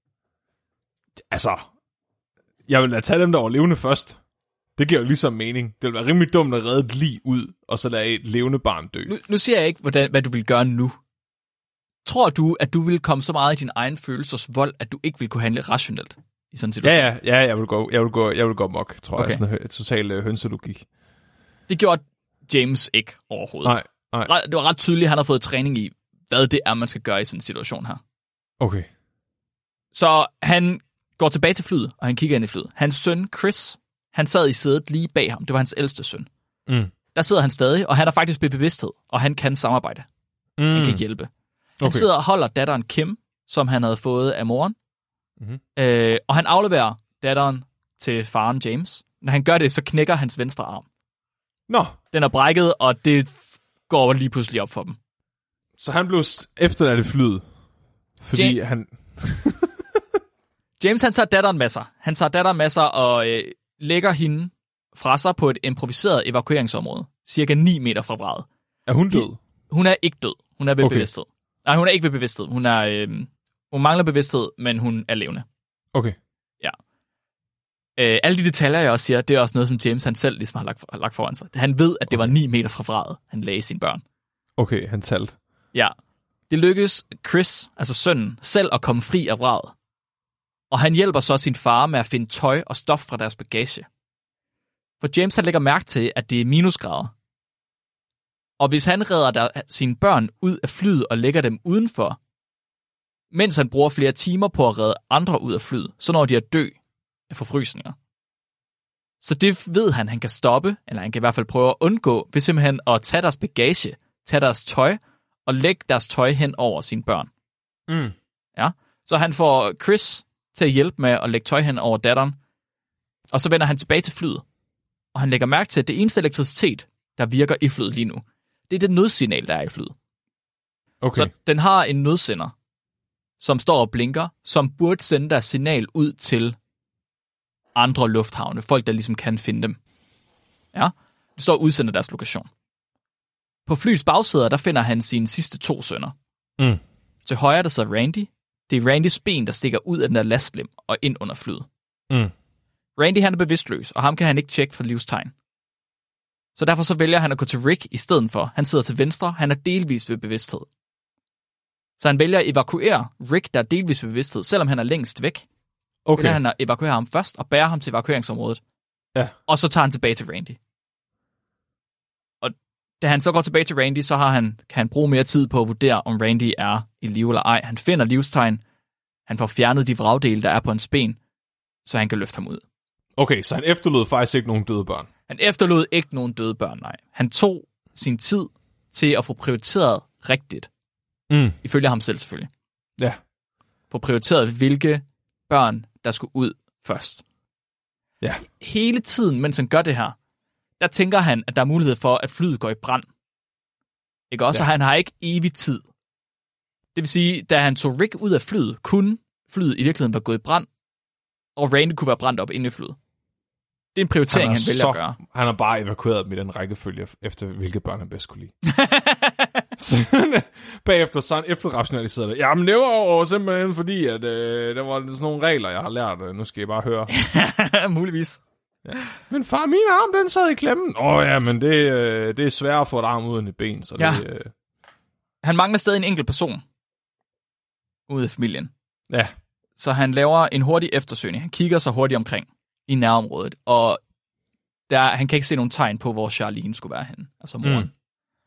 Altså, jeg vil da tage dem, der var levende først. Det giver jo ligesom mening. Det vil være rimelig dumt at redde et lig ud, og så lade et levende barn dø. Nu, nu siger jeg ikke, hvordan, hvad du vil gøre nu. Tror du, at du vil komme så meget i din egen følelsesvold, at du ikke vil kunne handle rationelt i sådan en situation? Ja, ja, ja, jeg vil gå, jeg vil gå, jeg vil gå mok, tror okay. jeg. Sådan en total uh, hønselogik. Det gjorde James ikke overhovedet. Nej, nej. Det var ret tydeligt, at han har fået træning i, hvad det er, man skal gøre i sådan en situation her. Okay. Så han går tilbage til flyet, og han kigger ind i flyet. Hans søn, Chris, han sad i sædet lige bag ham. Det var hans ældste søn. Mm. Der sidder han stadig, og han er faktisk ved bevidsthed, og han kan samarbejde. Mm. Han kan hjælpe. Han okay. sidder og holder datteren Kim, som han havde fået af moren, mm-hmm. øh, og han afleverer datteren til faren James. Når han gør det, så knækker hans venstre arm. Nå. Den er brækket, og det går lige pludselig op for dem. Så han blev efterladt i flyet, fordi Jam- han... James, han tager datteren med sig. Han tager datteren med sig og øh, lægger hende fra sig på et improviseret evakueringsområde, cirka ni meter fra vraget. Er hun død? Hun er ikke død. Hun er ved okay. bevidsthed. Nej, hun er ikke ved bevidsthed. Hun, er, øh, hun mangler bevidsthed, men hun er levende. Okay. Ja. Øh, alle de detaljer, jeg også siger, det er også noget, som James han selv ligesom har lagt, for, lagt foran sig. Han ved, at det okay. var ni meter fra vraget, han lagde sine børn. Okay, han talte. Ja. Det lykkedes Chris, altså sønnen, selv at komme fri af vraget. Og han hjælper så sin far med at finde tøj og stof fra deres bagage. For James han lægger mærke til, at det er minusgrader. Og hvis han redder der, sine børn ud af flyet og lægger dem udenfor, mens han bruger flere timer på at redde andre ud af flyet, så når de at dø af forfrysninger. Så det ved han, han kan stoppe, eller han kan i hvert fald prøve at undgå, ved simpelthen at tage deres bagage, tage deres tøj, og lægge deres tøj hen over sine børn. Mm. Ja. Så han får Chris til at hjælpe med at lægge tøj hen over datteren, og så vender han tilbage til flyet. Og han lægger mærke til, at det eneste elektricitet, der virker i flyet lige nu, det er det nødsignal, der er i flyet. Okay. Så den har en nødsender, som står og blinker, som burde sende deres signal ud til andre lufthavne, folk, der ligesom kan finde dem. Ja, det står og udsender deres lokation. På flyets bagsæder, der finder han sine sidste to sønner. Mm. Til højre, der sidder Randy. Det er Randys ben, der stikker ud af den der lastlem og ind under flyet. Mm. Randy, han er bevidstløs, og ham kan han ikke tjekke for livstegn. Så derfor så vælger han at gå til Rick i stedet for. Han sidder til venstre, han er delvis ved bevidsthed. Så han vælger at evakuere Rick, der er delvis ved bevidsthed, selvom han er længst væk. Okay. Vælger han at evakuere ham først og bære ham til evakueringsområdet. Ja. Og så tager han tilbage til Randy. Og da han så går tilbage til Randy, så har han, kan han bruge mere tid på at vurdere, om Randy er i live eller ej. Han finder livstegn. Han får fjernet de vragdele, der er på hans ben, så han kan løfte ham ud. Okay, så han efterlod faktisk ikke nogen døde børn? Han efterlod ikke nogen døde børn, nej. Han tog sin tid til at få prioriteret rigtigt. Mm. Ifølge ham selv selvfølgelig. Ja. Få prioriteret, hvilke børn, der skulle ud først. Ja. Hele tiden, mens han gør det her, der tænker han, at der er mulighed for, at flyet går i brand. Ikke også? Ja. Han har ikke evig tid. Det vil sige, da han tog Rick ud af flyet, kunne flyet i virkeligheden være gået i brand, og Randy kunne være brændt op inde i flyet. Det er en prioritering, han, han vælger så, at gøre. Han har bare evakueret dem i den rækkefølge, efter hvilke børn han bedst kunne lide. Så bagefter så han efterrationaliseret det. Jamen det var jo simpelthen fordi, at øh, der var sådan nogle regler, jeg har lært. Nu skal jeg bare høre. Muligvis. Ja. Men far, min arm, den sad i klemmen. Åh oh, ja, men det, øh, det er svært at få et arm uden et ben. Så ja. det, øh... Han mangler stadig en enkelt person ude af familien. Ja. Så han laver en hurtig eftersøgning. Han kigger sig hurtigt omkring i nærområdet, og der, han kan ikke se nogen tegn på, hvor Charlene skulle være henne, altså moren. Mm.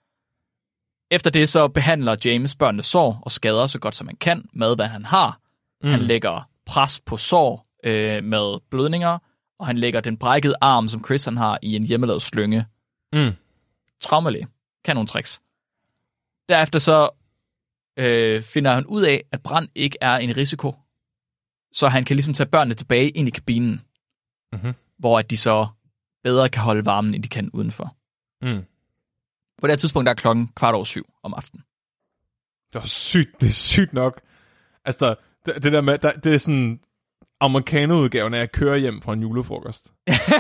Efter det så behandler James børnenes sår og skader så godt som han kan med, hvad han har. Mm. Han lægger pres på sår øh, med blødninger, og han lægger den brækkede arm, som Chris han har, i en hjemmelavet slynge. Mm. Traumalæge. Kan nogle tricks. Derefter så øh, finder han ud af, at brand ikke er en risiko, så han kan ligesom tage børnene tilbage ind i kabinen, mm-hmm. hvor at de så bedre kan holde varmen, end de kan udenfor. Mm. På det her tidspunkt, der er klokken kvart over syv om aftenen. Det er sygt, det er sygt nok. Altså, det, det der med, der, det er sådan amerikanerudgaven af at køre hjem fra en julefrokost.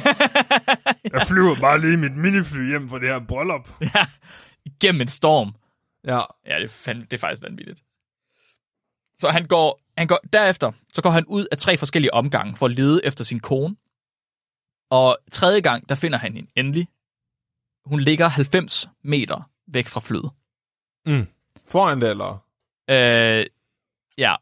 Jeg flyver bare lige mit minifly hjem fra det her bryllup. Ja, igennem en storm. Ja. Ja, det er, fandme, det er faktisk vanvittigt. Så han går, han går, derefter, så går han ud af tre forskellige omgange for at lede efter sin kone. Og tredje gang, der finder han hende endelig. Hun ligger halvfems meter væk fra flyet. Mm. Foran det, eller? Øh, ja.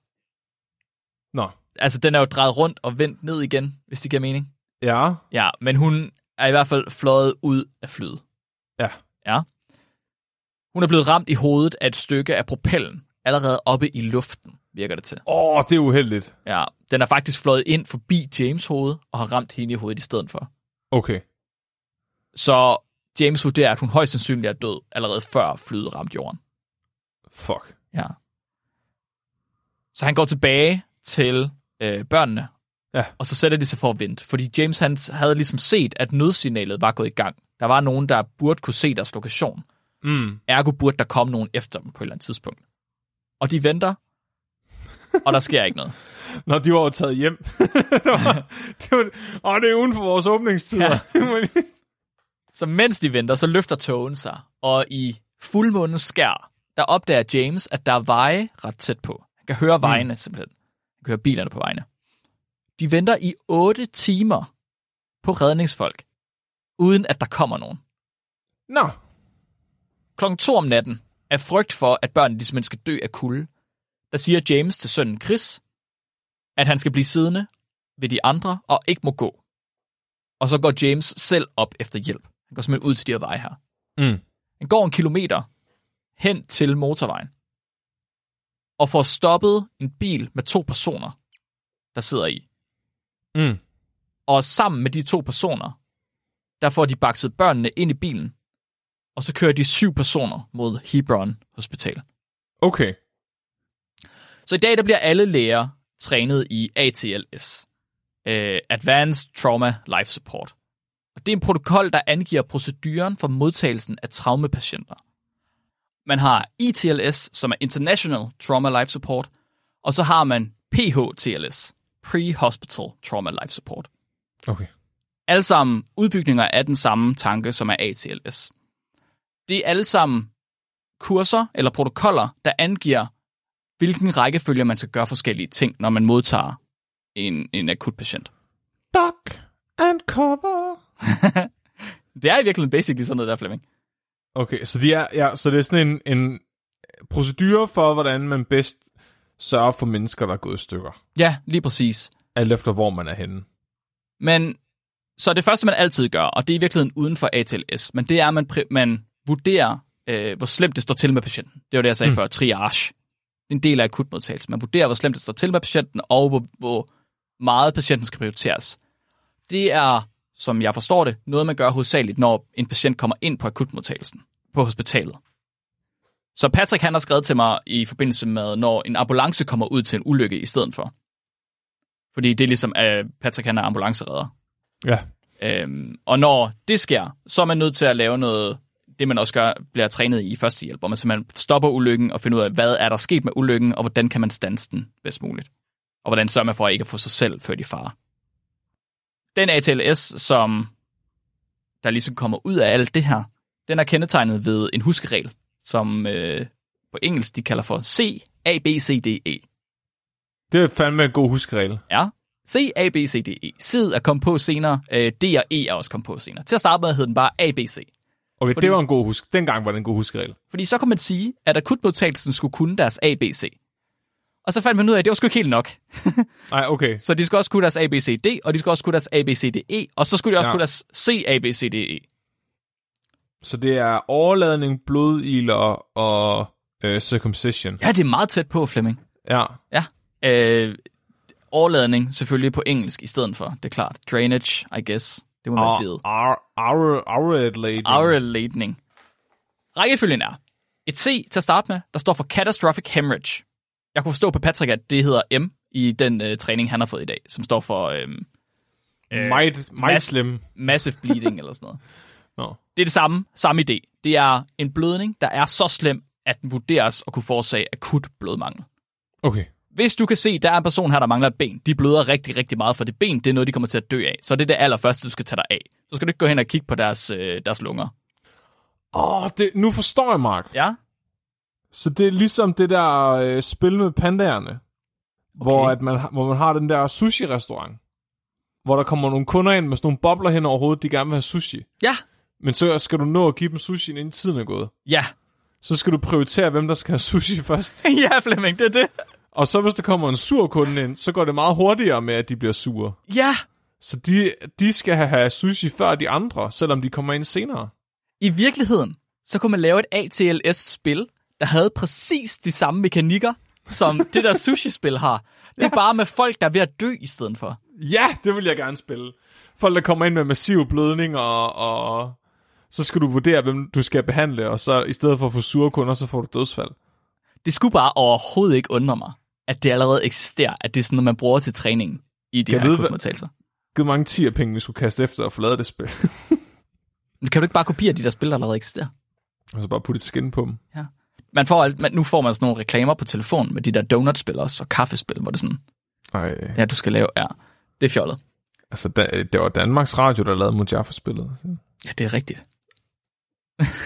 Nå. Altså, den er jo drejet rundt og vendt ned igen, hvis det giver mening. Ja. Ja, men hun er i hvert fald fløjet ud af flyet. Ja. Ja. Hun er blevet ramt i hovedet af et stykke af propellen, allerede oppe i luften, virker det til. Åh, oh, det er uheldigt. Ja, den er faktisk fløjet ind forbi James' hoved, og har ramt hende i hovedet i stedet for. Okay. Så James vurderer, at hun højst sandsynligt er død, allerede før flyet ramte jorden. Fuck. Ja. Så han går tilbage til øh, børnene, ja. Og så sætter de sig for at vente. Fordi James han havde ligesom set, at nødsignalet var gået i gang. Der var nogen, der burde kunne se deres lokation. Mm. Ergo burde der komme nogen efter dem på et eller andet tidspunkt. Og de venter, og der sker ikke noget. Nå, de var jo taget hjem. det var, det var, åh, det er uden for vores åbningstider. Ja. Så mens de venter, så løfter togen sig, og i fuldmånens skær, der opdager James, at der er veje ret tæt på. Han kan høre vejene, mm. simpelthen. Han kan høre bilerne på vejene. De venter i otte timer på redningsfolk, uden at der kommer nogen. Nå. No. Klokken to om natten, af frygt for, at børnene de simpelthen skal dø af kulde, der siger James til sønnen Chris, at han skal blive siddende ved de andre og ikke må gå. Og så går James selv op efter hjælp. Han går simpelthen ud til de her veje her. Mm. Han går en kilometer hen til motorvejen og får stoppet en bil med to personer, der sidder i. Mm. Og sammen med de to personer, der får de bakset børnene ind i bilen, og så kører de syv personer mod Hebron Hospital. Okay. Så i dag der bliver alle læger trænet i A T L S, uh, Advanced Trauma Life Support. Og det er en protokol, der angiver proceduren for modtagelsen af traumapatienter. Man har I T L S, som er International Trauma Life Support, og så har man P H T L S, Pre-Hospital Trauma Life Support. Okay. Alle sammen udbygninger af den samme tanke, som er A T L S. Det er alle sammen kurser eller protokoller, der angiver, hvilken rækkefølge man skal gøre forskellige ting, når man modtager en, en akut patient. Duck and cover. Det er i virkeligheden basically sådan noget der, Flemming. Okay, så, de er, ja, så det er sådan en, en procedure for, hvordan man bedst sørger for mennesker, der er gået i stykker. Ja, lige præcis. Alt efter, hvor man er henne. Men så det første, man altid gør, og det er i virkeligheden uden for A T L S, men det er, at man, præ- man vurderer, øh, hvor slemt det står til med patienten. Det var det, jeg sagde mm. før, triage. Det er en del af akutmodtagelse. Man vurderer, hvor slemt det står til med patienten, og hvor, hvor meget patienten skal prioriteres. Det er, som jeg forstår det, noget, man gør hovedsageligt, når en patient kommer ind på akutmodtagelsen på hospitalet. Så Patrick, han har skrevet til mig i forbindelse med, når en ambulance kommer ud til en ulykke i stedet for. Fordi det er ligesom, at Patrick, han er ambulanceredder. Ja. Øhm, og når det sker, så er man nødt til at lave noget, det man også gør, bliver trænet i førstehjælp, hvor man simpelthen stopper ulykken og finder ud af, hvad er der sket med ulykken, og hvordan kan man standse den bedst muligt. Og hvordan sørger man for at ikke at få sig selv ført i fare. Den A T L S, som der ligesom kommer ud af alt det her, den er kendetegnet ved en huskeregel, som øh, på engelsk de kalder for C, A, B, C, D, E. Det er fandme en god huskeregel. Ja. C, A, B, C, D, E. C er kommet på senere. D og E er også kommet på senere. Til at starte med hed den bare A, B, C. Okay, fordi, det var en god husk. Dengang var det en god huskeregel. Fordi så kunne man sige, at akutmodtagelsen skulle kunne deres A, B, C. Og så fandt man ud af, at det var sgu ikke helt nok. Nej, okay. Så de skulle også kunne deres A, B, C, D, og de skulle også kunne deres A, B, C, D, E, og så skulle de også ja. kunne deres C, A, B, C, D, E. Så det er overladning, blodiler og øh, circumcision. Ja, det er meget tæt på, Flemming. Ja. Ja. Øh, overladning selvfølgelig på engelsk i stedet for, det er klart. Drainage, I guess. Det må være det. Auraladning. Auraladning. Rækkefølgen er et C til at starte med, der står for Catastrophic Hemorrhage. Jeg kunne forstå på Patrick, at det hedder M i den øh, træning, han har fået i dag, som står for øh, øh, Might, might slim. Massive bleeding eller sådan noget. No. Det er det samme, samme idé. Det er en blødning, der er så slem, at den vurderes at kunne forårsage akut blodmangel. Okay. Hvis du kan se, at der er en person her, der mangler et ben, de bløder rigtig, rigtig meget for det ben, det er noget, de kommer til at dø af. Så det er det allerførste, du skal tage dig af. Så skal du ikke gå hen og kigge på deres, øh, deres lunger. Åh, oh, nu forstår jeg, Mark. Ja? Så det er ligesom det der øh, spil med pandaerne, okay. hvor, at man, hvor man har den der sushi-restaurant, hvor der kommer nogle kunder ind med sådan nogle bobler hen over hovedet, de gerne vil have sushi. Ja. Men så skal du nå at give dem sushi, inden tiden er gået. Ja. Så skal du prioritere, hvem der skal have sushi først. Ja, Flemming, det er det. Og så hvis der kommer en sur kunde ind, så går det meget hurtigere med, at de bliver sure. Ja. Så de, de skal have sushi før de andre, selvom de kommer ind senere. I virkeligheden, så kunne man lave et A T L S-spil, der havde præcis de samme mekanikker, som det der sushi-spil har. Det er ja. bare med folk, der er ved at dø i stedet for. Ja, det vil jeg gerne spille. Folk, der kommer ind med massiv blødning, og, og så skal du vurdere, hvem du skal behandle, og så i stedet for at få sure kunder, så får du dødsfald. Det skulle bare overhovedet ikke undre mig, at det allerede eksisterer, at det er sådan noget, man bruger til træningen i de kan her akutmodtagelser. Hvor mange tier penge vi skulle kaste efter og få lavet det spil. Kan du ikke bare kopiere de der spil, der allerede eksisterer? Og så bare putte et skin på dem. Ja. Man får alt, man, nu får man sådan nogle reklamer på telefonen med de der donutspil også, og kaffespil, hvor det sådan... Ej. Ja, du skal lave... Ja, det er fjollet. Altså, da, det var Danmarks Radio, der lavede Mojaffa-spillet. Ja, det er rigtigt.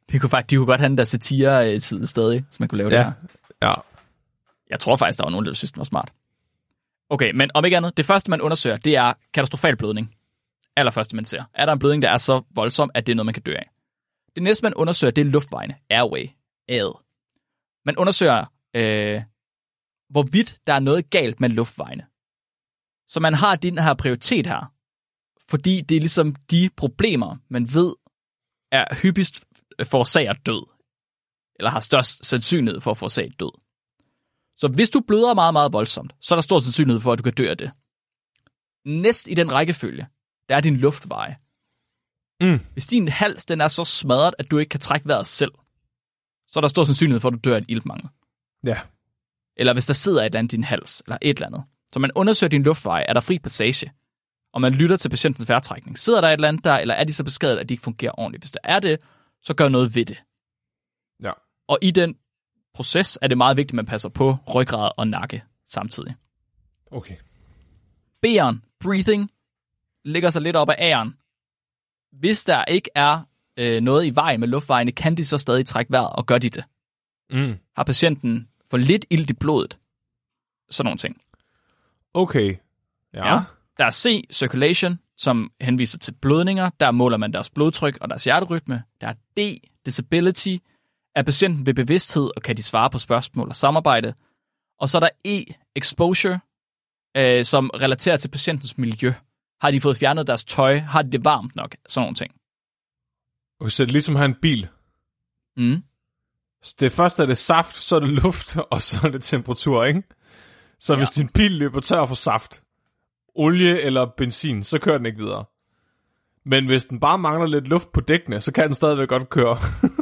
Det kunne faktisk, de kunne godt have den der satire-side stadig, så man kunne lave Ja, det her. ja. Jeg tror faktisk, der var nogen, der synes, det var smart. Okay, men om ikke andet, det første, man undersøger, det er katastrofal blødning. Allerførste, man ser. Er der en blødning, der er så voldsom, at det er noget, man kan dø af? Det næste, man undersøger, det er luftvejene. Airway. Ad. Man undersøger, øh, hvorvidt der er noget galt med luftvejene. Så man har den her prioritet her, fordi det er ligesom de problemer, man ved, er hyppigst forårsager død. Eller har størst sandsynlighed for at forårsage død. Så hvis du bløder meget, meget voldsomt, så er der stor sandsynlighed for, at du kan dø af det. Næst i den rækkefølge, der er din luftveje. Mm. Hvis din hals den er så smadret, at du ikke kan trække vejret selv, så er der stor sandsynlighed for, at du dør af et iltmangel. Ja. Eller hvis der sidder et eller andet i din hals, eller et eller andet. Så man undersøger din luftveje, er der fri passage, og man lytter til patientens vejrtrækning. Sidder der et eller andet der, eller er de så beskadiget, at de ikke fungerer ordentligt? Hvis der er det, så gør noget ved det. Ja. Og i den proces er det meget vigtigt, at man passer på ryggrad og nakke samtidig. Okay. B'eren, breathing, ligger sig lidt op ad A'eren. Hvis der ikke er øh, noget i vejen med luftvejene, kan de så stadig trække vejret, og gør de det. Mm. Har patienten for lidt ilt i blodet? Sådan nogle ting. Okay. Ja. Ja. Der er C, circulation, som henviser til blødninger. Der måler man deres blodtryk og deres hjerterytme. Der er D, disability. Er patienten ved bevidsthed, og kan de svare på spørgsmål og samarbejde? Og så er der E, exposure, øh, som relaterer til patientens miljø. Har de fået fjernet deres tøj? Har de det varmt nok? Sådan nogle ting. Okay, så det er ligesom at have en bil. Mm. Så det første er det saft, så er det luft, og så er det temperatur, ikke? Så ja. Hvis din bil løber tør for saft, olie eller benzin, så kører den ikke videre. Men hvis den bare mangler lidt luft på dækkene, så kan den stadigvæk godt køre.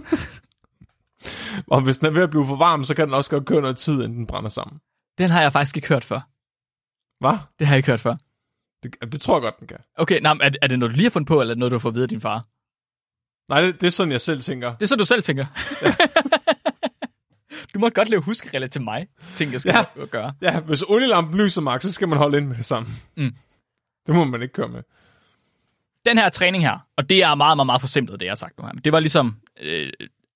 Og hvis den er ved at blive for varm, så kan den også godt køre noget tid, inden den brænder sammen. Den har jeg faktisk ikke hørt før. Hvad? Det har jeg ikke hørt før. Det, det tror jeg godt, den kan. Okay, nej, er, er det noget, du lige har fundet på, eller noget, du har fået at vide af din far? Nej, det, det er sådan, jeg selv tænker. Det er sådan, du selv tænker? Ja. Du må godt lave huskeregler til mig, ting jeg skal ja. gøre. Ja, hvis olielampen lyser, Mark, så skal man holde ind med det samme. Mm. Det må man ikke køre med. Den her træning her, og det er meget, meget, meget forsimplet, det jeg har sagt nu her, men det var ligesom øh,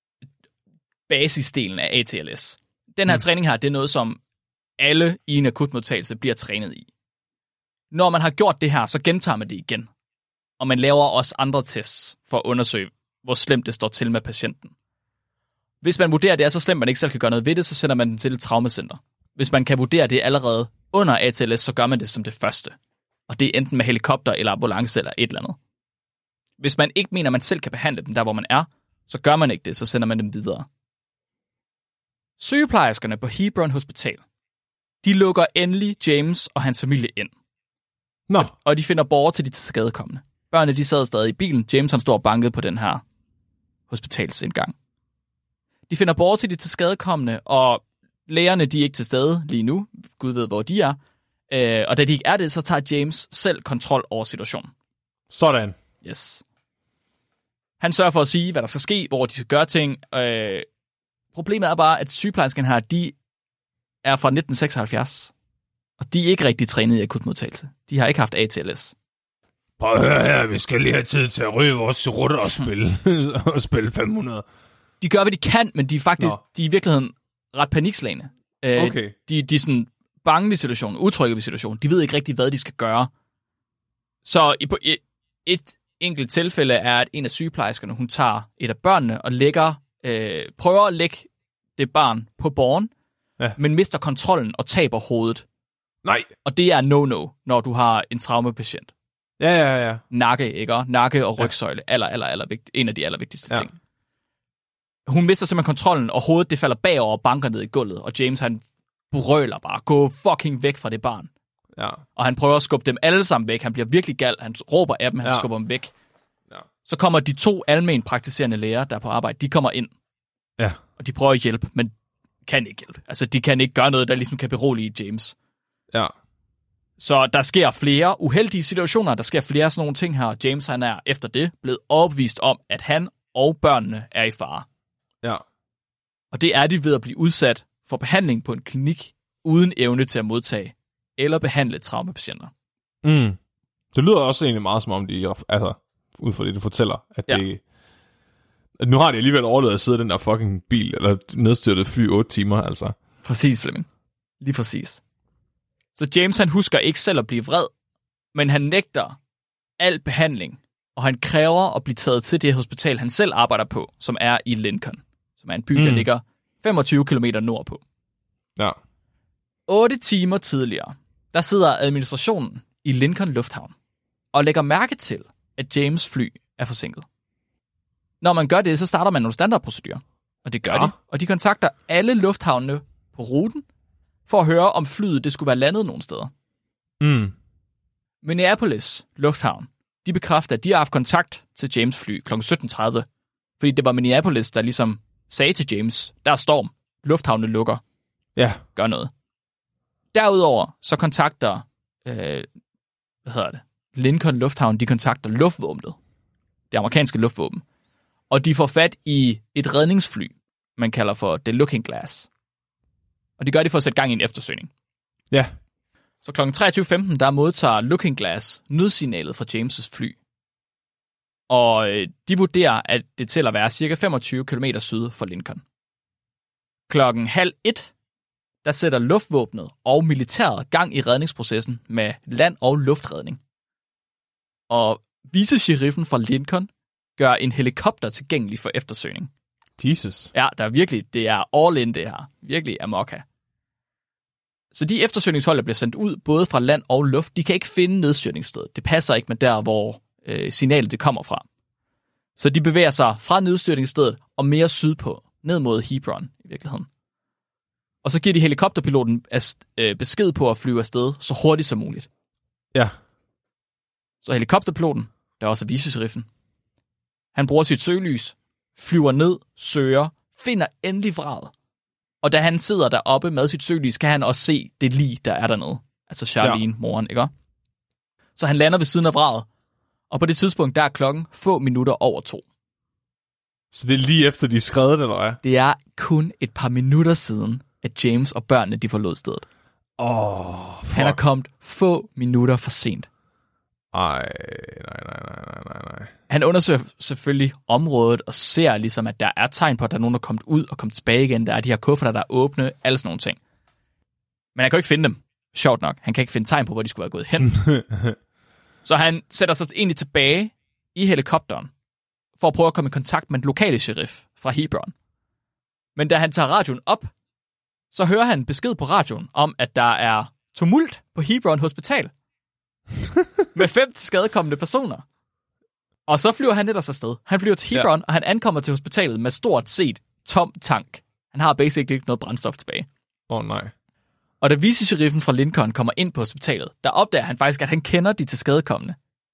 basisdelen af A T L S. Den her mm. træning her, det er noget, som alle i en akutmodtagelse bliver trænet i. Når man har gjort det her, så gentager man det igen. Og man laver også andre tests for at undersøge, hvor slemt det står til med patienten. Hvis man vurderer, at det er så slemt, man ikke selv kan gøre noget ved det, så sender man den til et traumacenter. Hvis man kan vurdere det allerede under A T L S, så gør man det som det første. Og det er enten med helikopter eller ambulance eller et eller andet. Hvis man ikke mener, at man selv kan behandle dem der, hvor man er, så gør man ikke det, så sender man dem videre. Sygeplejerskerne på Hebron Hospital, de lukker endelig James og hans familie ind. Nå. Og de finder borgere til de tilskadekommende. Børnene, de sad stadig i bilen. James, han står og bankede på den her hospitalsindgang. De finder borgere til de tilskadekommende, og lægerne, de er ikke til stede lige nu. Gud ved, hvor de er. Øh, og da de ikke er det, så tager James selv kontrol over situationen. Sådan. Yes. Han sørger for at sige, hvad der skal ske, hvor de skal gøre ting. Øh, problemet er bare, at sygeplejerskerne her, de er fra nitten seksoghalvfjerds. Og de er ikke rigtig trænet i akutmodtagelse. De har ikke haft A T L S. Prøv at høre her, vi skal lige have tid til at ryge vores rutter og spille, og spille fem hundrede. De gør, hvad de kan, men de er faktisk, Nå. de er i virkeligheden ret panikslagende. Øh, okay. De, de er sådan bange ved situationen, utrygge ved situationen. De ved ikke rigtig, hvad de skal gøre. Så i, i, et enkelt tilfælde er, at en af sygeplejerskerne, hun tager et af børnene og lægger, øh, prøver at lægge det barn på borgen, ja. Men mister kontrollen og taber hovedet. Nej. Og det er no-no, når du har en traumapatient. Ja, ja, ja. Nakke, ikke? Nakke og rygsøjle. Ja. Aller, aller, aller vigtigt. En af de allervigtigste ja. ting. Hun mister simpelthen kontrollen, og hovedet det falder bagover og banker ned i gulvet. Og James, han brøler bare. Gå fucking væk fra det barn. Ja. Og han prøver at skubbe dem alle sammen væk. Han bliver virkelig gal. Han råber af dem, han ja. skubber dem væk. Ja. Så kommer de to almen praktiserende læger, der er på arbejde. De kommer ind. Ja. Og de prøver at hjælpe, men kan ikke hjælpe. Altså, de kan ikke gøre noget, der ligesom kan berolige James. Ja. Så der sker flere uheldige situationer, der sker flere sådan nogle ting her. James, han er efter det blevet overbevist om, at han og børnene er i fare. Ja. Og det er de ved at blive udsat for behandling på en klinik, uden evne til at modtage eller behandle traumapatienter. Mm. Det lyder også egentlig meget som om, de, altså, ud fra det, du fortæller, at ja. det... Nu har de alligevel overlevet at sidde i den der fucking bil, eller nedstyrtet fly otte timer, altså. Præcis, Flemming. Lige præcis. Så James, han husker ikke selv at blive vred, men han nægter al behandling, og han kræver at blive taget til det hospital, han selv arbejder på, som er i Lincoln, som er en by, mm. der ligger femogtyve kilometer nordpå. Ja. Otte timer tidligere, der sidder administrationen i Lincoln Lufthavn og lægger mærke til, at James' fly er forsinket. Når man gør det, så starter man nogle standardprocedurer, og det gør ja. de, og de kontakter alle lufthavnene på ruten for at høre, om flyet det skulle være landet nogle steder. Mm. Minneapolis Lufthavn, de bekræfter, at de har haft kontakt til James' fly klokken sytten tredive, fordi det var Minneapolis, der ligesom sagde til James, der er storm, lufthavnene lukker, ja. gør noget. Derudover så kontakter, øh, hvad hedder det, Lincoln Lufthavn, de kontakter luftvåbnet, det amerikanske luftvåben, og de får fat i et redningsfly, man kalder for The Looking Glass. Og det gør de for at sætte gang i en eftersøgning. Ja. Så klokken treogtyve femten, der modtager Looking Glass nødsignalet fra James' fly. Og øh, de vurderer, at det til at være cirka femogtyve kilometer syd for Lincoln. Klokken halv et, der sætter luftvåbnet og militæret gang i redningsprocessen med land- og luftredning. Og vicesheriffen fra Lincoln gør en helikopter tilgængelig for eftersøgning. Jesus. Ja, der er virkelig, det er all in det her. Virkelig amokka. Så de eftersøgningshold, der bliver sendt ud, både fra land og luft, de kan ikke finde nedstyrtningsstedet. Det passer ikke med der, hvor øh, signalet det kommer fra. Så de bevæger sig fra nedstyrtningsstedet og mere sydpå, ned mod Hebron i virkeligheden. Og så giver de helikopterpiloten øh, besked på at flyve afsted så hurtigt som muligt. Ja. Så helikopterpiloten, der også er vicesheriffen, han bruger sit søgelys, flyver ned, søger, finder endelig vraget. Og da han sidder deroppe med sit søgelys, kan han også se det lig, der er dernede. Altså Charlene, ja. moren, ikke? Så han lander ved siden af vraget. Og på det tidspunkt, der er klokken få minutter over to. Så det er lige efter, de er skrevet, eller hvad? Det er kun et par minutter siden, at James og børnene, de forlod stedet. Åh, oh, Han er kommet få minutter for sent. Ej, nej, nej, nej, nej, nej, nej. Han undersøger selvfølgelig området og ser ligesom, at der er tegn på, at der er nogen, der er kommet ud og kommet tilbage igen. Der er de her kufferter, der er åbne, alle sådan nogle ting. Men han kan jo ikke finde dem. Sjovt nok. Han kan ikke finde tegn på, hvor de skulle være gået hen. Så han sætter sig egentlig tilbage i helikopteren for at prøve at komme i kontakt med den lokale sheriff fra Hebron. Men da han tager radioen op, så hører han besked på radioen om, at der er tumult på Hebron Hospital. med fem skadekommende personer. Og så flyver han ellers afsted. Han flyver til Hebron, ja. og han ankommer til hospitalet med stort set tom tank. Han har basically ikke noget brændstof tilbage. Åh oh, nej. Og da vicesheriffen fra Lincoln kommer ind på hospitalet, der opdager han faktisk, at han kender de til skadekommende.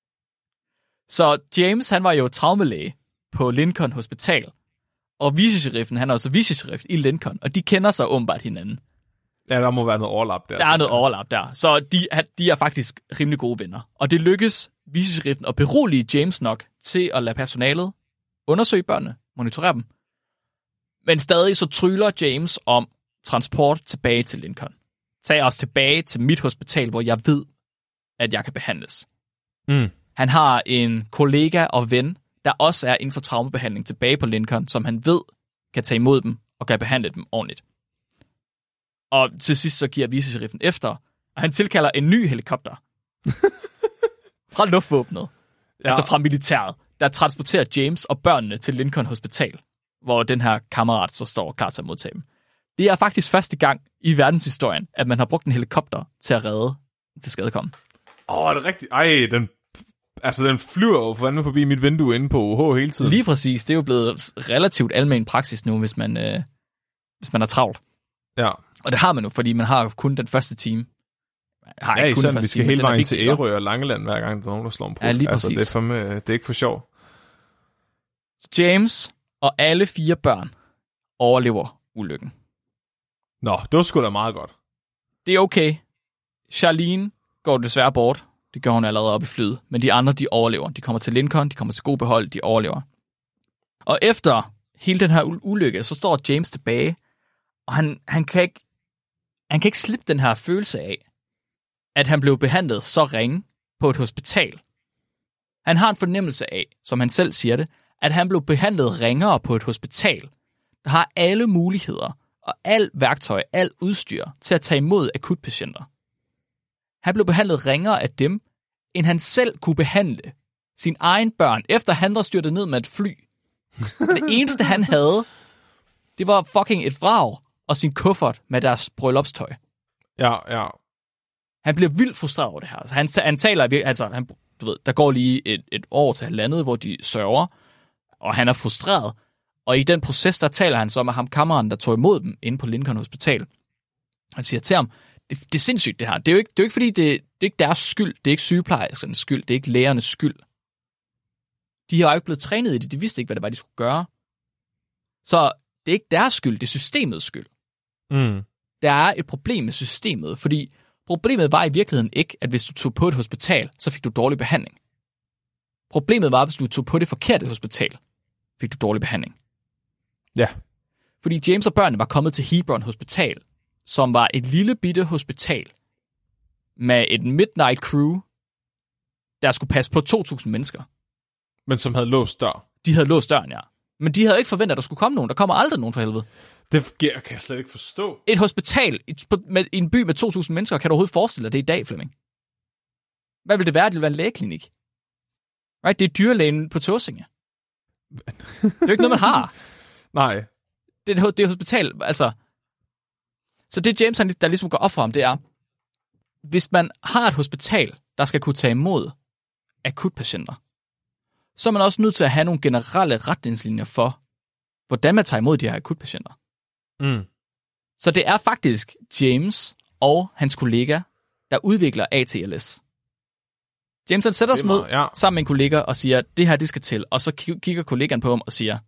Så James, han var jo traumelæge på Lincoln Hospital. Og vicesheriffen, han er også vicesheriff i Lincoln, og de kender sig åbenbart hinanden. Ja, der må være noget overlap der. Der er noget overlap der. Så de, de er faktisk rimelig gode venner. Og det lykkes vicesheriffen at berolige James nok til at lade personalet undersøge børnene, monitorere dem. Men stadig så tryller James om transport tilbage til Lincoln. Tag os tilbage til mit hospital, hvor jeg ved, at jeg kan behandles. Mm. Han har en kollega og ven, der også er inden for traumebehandling tilbage på Lincoln, som han ved kan tage imod dem og kan behandle dem ordentligt. Og til sidst så giver vicesheriffen efter, og han tilkalder en ny helikopter fra luftvåbnet, ja. altså fra militæret, der transporterer James og børnene til Lincoln Hospital, hvor den her kammerat så står klar til at modtage dem. Det er faktisk første gang i verdenshistorien, at man har brugt en helikopter til at redde til skadekommen. Åh, oh, det er rigtigt. Ej, den, altså, den flyver jo fandme forbi mit vindue inde på O H hele tiden. Lige præcis. Det er jo blevet relativt almen praksis nu, hvis man, øh, hvis man er travlt. Ja. Og det har man jo, fordi man har kun den første time. Har ja, ikke kun sådan, den vi skal time, hele vejen vigtig, til Ærø og Langeland, hver gang der er nogen, der slår en på. Ja, lige altså, præcis. det, er fandme, det er ikke for sjov. James og alle fire børn overlever ulykken. Nå, det var sgu da meget godt. Det er okay. Charlene går desværre bort. Det gør hun allerede op i flyet. Men de andre, de overlever. De kommer til Lincoln, de kommer til god behold, de overlever. Og efter hele den her ulykke, så står James tilbage, og han, han, kan ikke, han kan ikke slippe den her følelse af, at han blev behandlet så ringe på et hospital. Han har en fornemmelse af, som han selv siger det, at han blev behandlet ringere på et hospital, der har alle muligheder og alt værktøj, alt udstyr til at tage imod akutpatienter. Han blev behandlet ringere af dem, end han selv kunne behandle sine egen børn, efter han var styrtet ned med et fly. Det eneste, han havde, det var fucking et vrag og sin kuffert med deres bryllupstøj. Ja, ja. Han bliver vildt frustreret over det her. Altså, han, han taler, altså, han, du ved, der går lige et, et år til halvandet, hvor de sørger, og han er frustreret. Og i den proces, der taler han så med ham kammeren, der tog imod dem inde på Lincoln Hospital. Han siger til ham, det, det er sindssygt det her. Det er jo ikke, det er jo ikke fordi, det, det er ikke deres skyld. Det er ikke sygeplejerskernes skyld. Det er ikke lægernes skyld. De har jo ikke blevet trænet i det. De vidste ikke, hvad det var, de skulle gøre. Så det er ikke deres skyld. Det er systemets skyld. Mm. Der er et problem med systemet, fordi problemet var i virkeligheden ikke, at hvis du tog på et hospital, så fik du dårlig behandling. Problemet var, at hvis du tog på det forkerte hospital, fik du dårlig behandling. Ja. Fordi James og børnene var kommet til Hebron Hospital, som var et lille bitte hospital med et midnight crew, der skulle passe på to tusind mennesker. Men som havde låst dør. De havde låst døren, ja. Men de havde ikke forventet, at der skulle komme nogen. Der kommer aldrig nogen for helvede. Det kan jeg slet ikke forstå. Et hospital i, med, i en by med to tusind mennesker, kan du overhovedet forestille dig det i dag, Flemming? Hvad vil det være? Det vil være en lægeklinik. Right? Det er dyrlægen på Tåsinge. Det er jo ikke noget, man har. Nej. Det er, det er hospital, altså. Så det James, der ligesom går op for ham, det er, hvis man har et hospital, der skal kunne tage imod akutpatienter, så er man også nødt til at have nogle generelle retningslinjer for, hvordan man tager imod de her akutpatienter. Mm. Så det er faktisk James og hans kollega, der udvikler A T L S. James han sætter sig ned ja. sammen med en kollega og siger, det her det skal til, og så kigger kollegaen på ham og siger,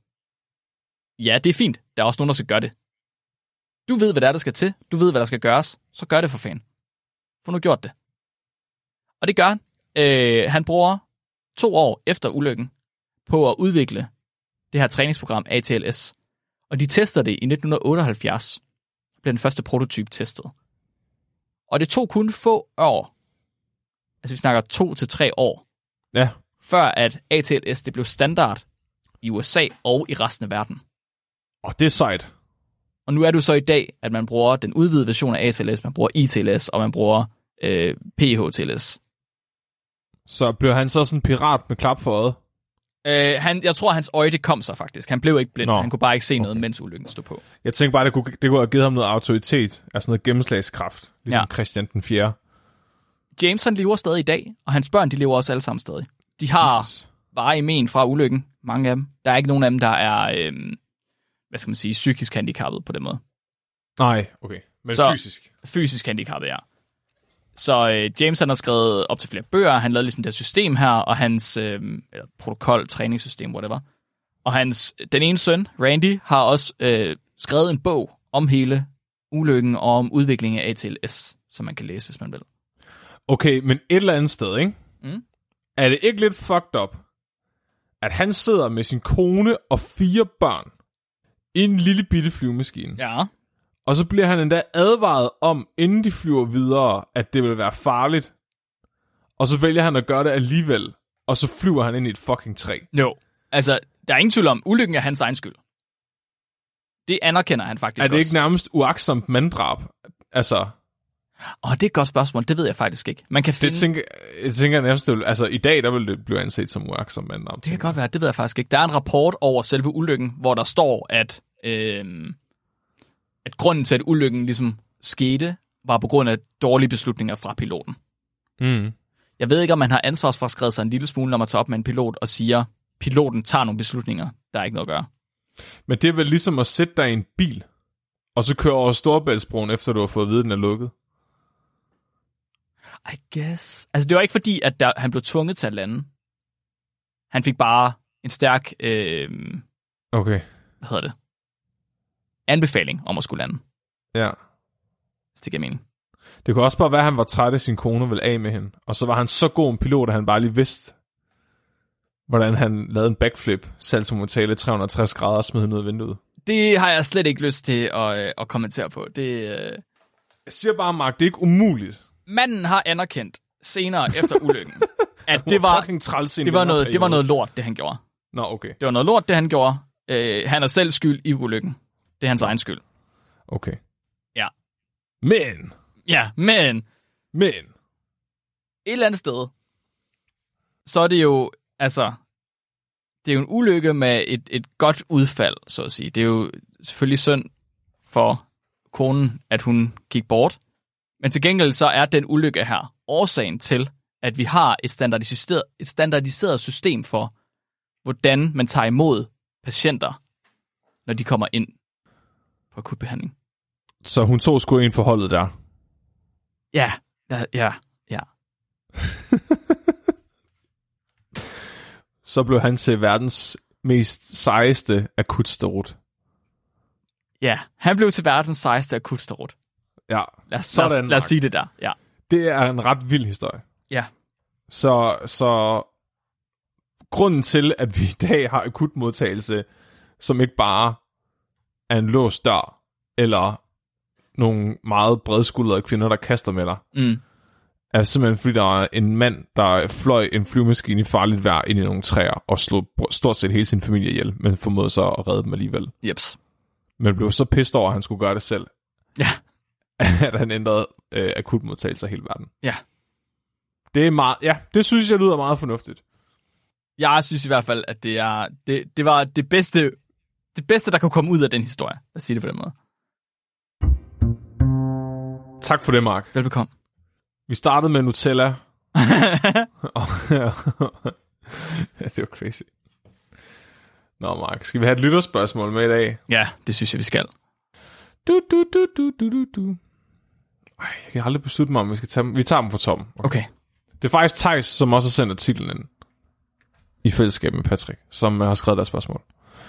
ja, det er fint, der er også nogen, der skal gøre det. Du ved, hvad der er, der skal til. Du ved, hvad der skal gøres. Så gør det for fanden. Få nu gjort det. Og det gør han. Øh, han bruger to år efter ulykken på at udvikle det her træningsprogram A T L S. Og de tester det i nitten otteoghalvfjerds. Blev den første prototype testet. Og det tog kun få år. Altså vi snakker to til tre år. Ja. Før at A T L S det blev standard i U S A og i resten af verden. Og det er sejt. Og nu er det jo så i dag, at man bruger den udvidede version af A T L S, man bruger I T L S, og man bruger øh, P H T L S. Så blev han så sådan en pirat med klap for øjet? Øh, han, jeg tror, hans øje det kom sig faktisk. Han blev ikke blind. Nå. Han kunne bare ikke se Okay. noget, mens ulykken stod på. Jeg tænkte bare, det kunne, det kunne have givet ham noget autoritet, altså noget gennemslagskraft, ligesom Ja. Christian den fjerde. James han lever stadig i dag, og hans børn de lever også alle sammen stadig. De har Jesus. varig men fra ulykken, mange af dem. Der er ikke nogen af dem, der er, øh, hvad skal man sige, psykisk handicappet på den måde. Nej, okay. Men Så- fysisk. Fysisk handicappet, ja. Så øh, James han har skrevet op til flere bøger, han lavede ligesom det her system her, og hans øh, eller protokol, træningssystem, whatever. Og hans, den ene søn, Randy, har også øh, skrevet en bog om hele ulykken og om udviklingen af A T L S, som man kan læse, hvis man vil. Okay, men et eller andet sted, ikke? Mm. Er det ikke lidt fucked up, at han sidder med sin kone og fire børn i en lille bitte flyvemaskine, Ja. og så bliver han endda advaret om, inden de flyver videre, at det vil være farligt, og så vælger han at gøre det alligevel, og så flyver han ind i et fucking træ. Jo. Altså, der er ingen tvivl om, ulykken er hans egen skyld. Det anerkender han faktisk Er det også. ikke nærmest uagtsomt manddrab? Altså, Åh, det er et godt spørgsmål. Det ved jeg faktisk ikke. Man kan finde... det tænker, jeg tænker nærmest, det vil- altså i dag, der vil det blive anset som uagtsomt manddrab. Det kan godt være, det ved jeg faktisk ikke. Der er en rapport over selve ulykken, hvor der står, at, øh, at grunden til, at ulykken ligesom skete, var på grund af dårlige beslutninger fra piloten. Mm. Jeg ved ikke, om man har ansvarsforskrevet sig en lille smule, når man tager op med en pilot og siger, piloten tager nogle beslutninger, der er ikke noget at gøre. Men det er vel ligesom at sætte dig i en bil, og så køre over Storebæltsbroen, efter du har fået at vide, at den er lukket. I guess. Altså, det var ikke fordi, at der, han blev tvunget til at lande. Han fik bare en stærk, øh, Okay, hvad hedder det, anbefaling om at skulle lande. ja. Hvis det giver mening. Det kunne også bare være, at han var træt af sin kone og ville af med hende. Og så var han så god en pilot, at han bare lige vidste, hvordan han lavede en backflip, salto mortale tre hundrede og tres grader og smed hende ud af vinduet. Det har jeg slet ikke lyst til at, øh, at kommentere på. Det, øh... Jeg siger bare, Mark, det er ikke umuligt. Manden har anerkendt senere efter ulykken, at Hun det var, fucking træls i en det, var længere noget, det var periode. noget lort, det han gjorde. Nå, okay. Det var noget lort, det han gjorde. Øh, han er selv skyld i ulykken. Det er hans egen skyld. Okay. Ja. Men! Ja, men... Men! Et eller andet sted, så er det jo, altså... Det er jo en ulykke med et, et godt udfald, så at sige. Det er jo selvfølgelig synd for konen, at hun gik bort. Men til gengæld så er den ulykke her årsagen til, at vi har et standardiseret, et standardiseret system for, hvordan man tager imod patienter, når de kommer ind på akutbehandling. Så hun tog sgu en forholdet der? Ja, ja, ja. ja. Så blev han til verdens mest sejeste akutsterut. Ja, han blev til verdens sejeste akutsterut. Ja, lad os, sådan, lad os, lad os sige det der. Ja. Det er en ret vild historie. Ja. Så, så grunden til, at vi i dag har akutmodtagelse, som ikke bare er en låst dør, eller nogle meget bredskuldrede kvinder, der kaster med dig, Mm. er simpelthen fordi, der er en mand, der fløj en flyvemaskine i farligt vejr ind i nogle træer, og slog stort set hele sin familie ihjel, men formåede så at redde dem alligevel. Jeps. Men blev så pissed over, at han skulle gøre det selv. Ja. At han ændrede øh, akutmodtagelser i hele verden. Ja. Det er meget, ja, det synes jeg lyder meget fornuftigt. Jeg synes i hvert fald, at det er det, det var det bedste, det bedste, der kunne komme ud af den historie. Lad os sige det på den måde. Tak for det, Mark. Velbekomme. Vi startede med Nutella. Det var crazy. Nå, Mark, skal vi have et lytterspørgsmål med i dag? Ja, det synes jeg, vi skal. Du, du, du, du, du, du, du. Ej, jeg kan aldrig beslutte mig, om vi skal tage dem. Vi tager dem fra Tom. Okay. okay. Det er faktisk Theis, som også har sendt artiklen ind. I fællesskab med Patrick, som har skrevet deres spørgsmål.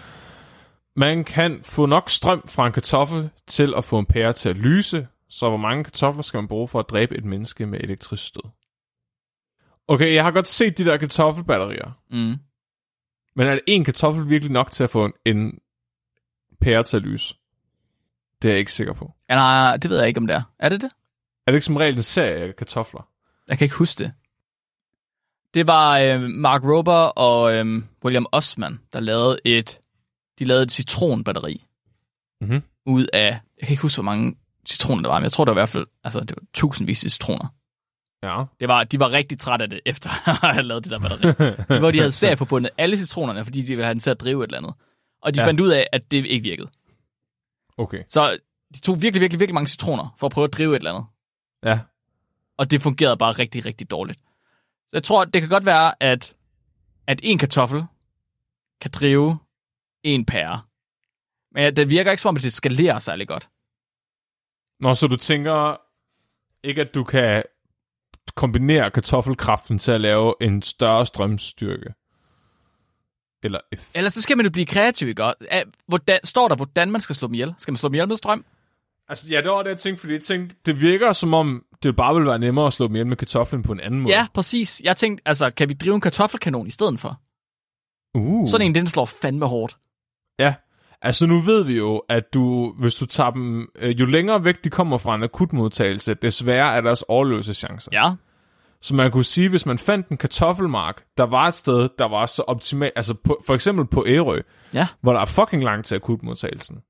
Man kan få nok strøm fra en kartoffel til at få en pære til at lyse, så hvor mange kartofler skal man bruge for at dræbe et menneske med elektrisk stød? Okay, jeg har godt set de der kartoffelbatterier. Mm. Men er det en kartoffel virkelig nok til at få en, en pære til at lyse? Det er jeg ikke sikker på. Ja, nej, det ved jeg ikke, om det er. Er det det? Er det ikke som regel en serie af kartofler? Jeg kan ikke huske det. Det var øh, Mark Rober og øh, William Osman, der lavede et, de lavede et citronbatteri. Mm-hmm. Ud af, jeg kan ikke huske, hvor mange citroner der var, men jeg tror, det var i hvert fald, altså det var tusindvis af citroner. Ja. Det var, de var rigtig trætte af det, efter at have lavet det der batteri. De var, de havde serieforbundet alle citronerne, fordi de ville have den til at drive et eller andet. Og de ja. fandt ud af, at det ikke virkede. Okay. Så de tog virkelig, virkelig, virkelig mange citroner, for at prøve at drive et eller andet. Ja. Og det fungerede bare rigtig, rigtig dårligt. Så jeg tror, det kan godt være, at, at en kartoffel kan drive en pære. Men det virker ikke som om, at det skalerer særlig godt. Nå, så du tænker ikke, at du kan kombinere kartoffelkraften til at lave en større strømstyrke? Eller F. Ellers så skal man jo blive kreativ, ikke? Hvordan, står der, hvordan man skal slå dem ihjel? Skal man slå dem ihjel med strøm? Altså, ja, det var det, jeg tænkte, fordi jeg tænkte, det virker som om, det bare ville være nemmere at slå dem ihjel med kartoflen på en anden måde. Ja, præcis. Jeg tænkte, altså, kan vi drive en kartoffelkanon i stedet for? Uh. Sådan en, den slår fandme hårdt. Ja, altså nu ved vi jo, at du, hvis du tager dem, øh, jo længere væk de kommer fra en akutmodtagelse, desværre er deres overlevelseschancer. Ja. Så man kunne sige, hvis man fandt en kartoffelmark, der var et sted, der var så optimalt, altså på, for eksempel på Ærø, ja. hvor der er fucking langt til akutmodtagelsen,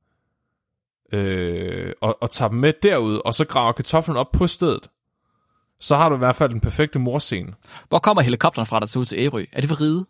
øh, og, og tager dem med derud, og så graver kartoflen op på stedet, så har du i hvert fald den perfekte morscene. Hvor kommer helikopteren fra, der ser ud til Ærø? Er det for Ride?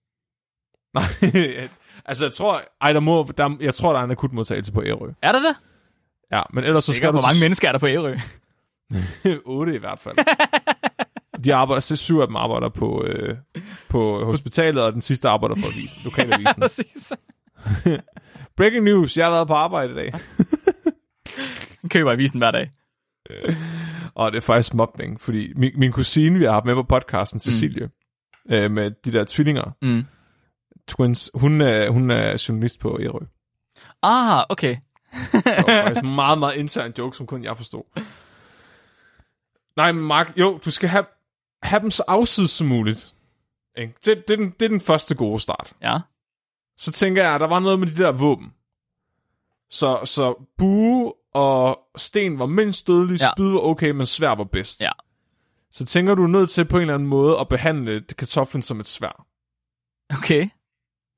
Nej, altså jeg tror, ej, der må, der, jeg tror, der er en akutmodtagelse på Ærø. Er der det? Ja, men ellers så skal hvor du... mange mennesker er der på Ærø? otte i hvert fald. De arbejder, så syv af dem arbejder på, øh, på hospitalet, og den sidste arbejder for avisen, lokalavisen. Præcis. Breaking news, jeg har været på arbejde i dag. Jeg køber avisen hver dag. Og det er faktisk mobning, fordi min, min kusine, vi har haft med på podcasten, Cecilie, mm. øh, med de der tvillinger, mm. twins, hun er, hun er journalist på Ærø. Ah, okay. Det var faktisk en meget, meget intern joke, som kun jeg forstod. Nej, men Mark, jo, du skal have, have dem så afsides som muligt. Det, det, er den, det er den første gode start. Ja. Så tænker jeg, at der var noget med de der våben. Så, så bue og sten var mindst dødelige, ja. Spyd var okay, men sværd var bedst. Ja. Så tænker du nødt til på en eller anden måde at behandle kartoflen som et sværd. Okay.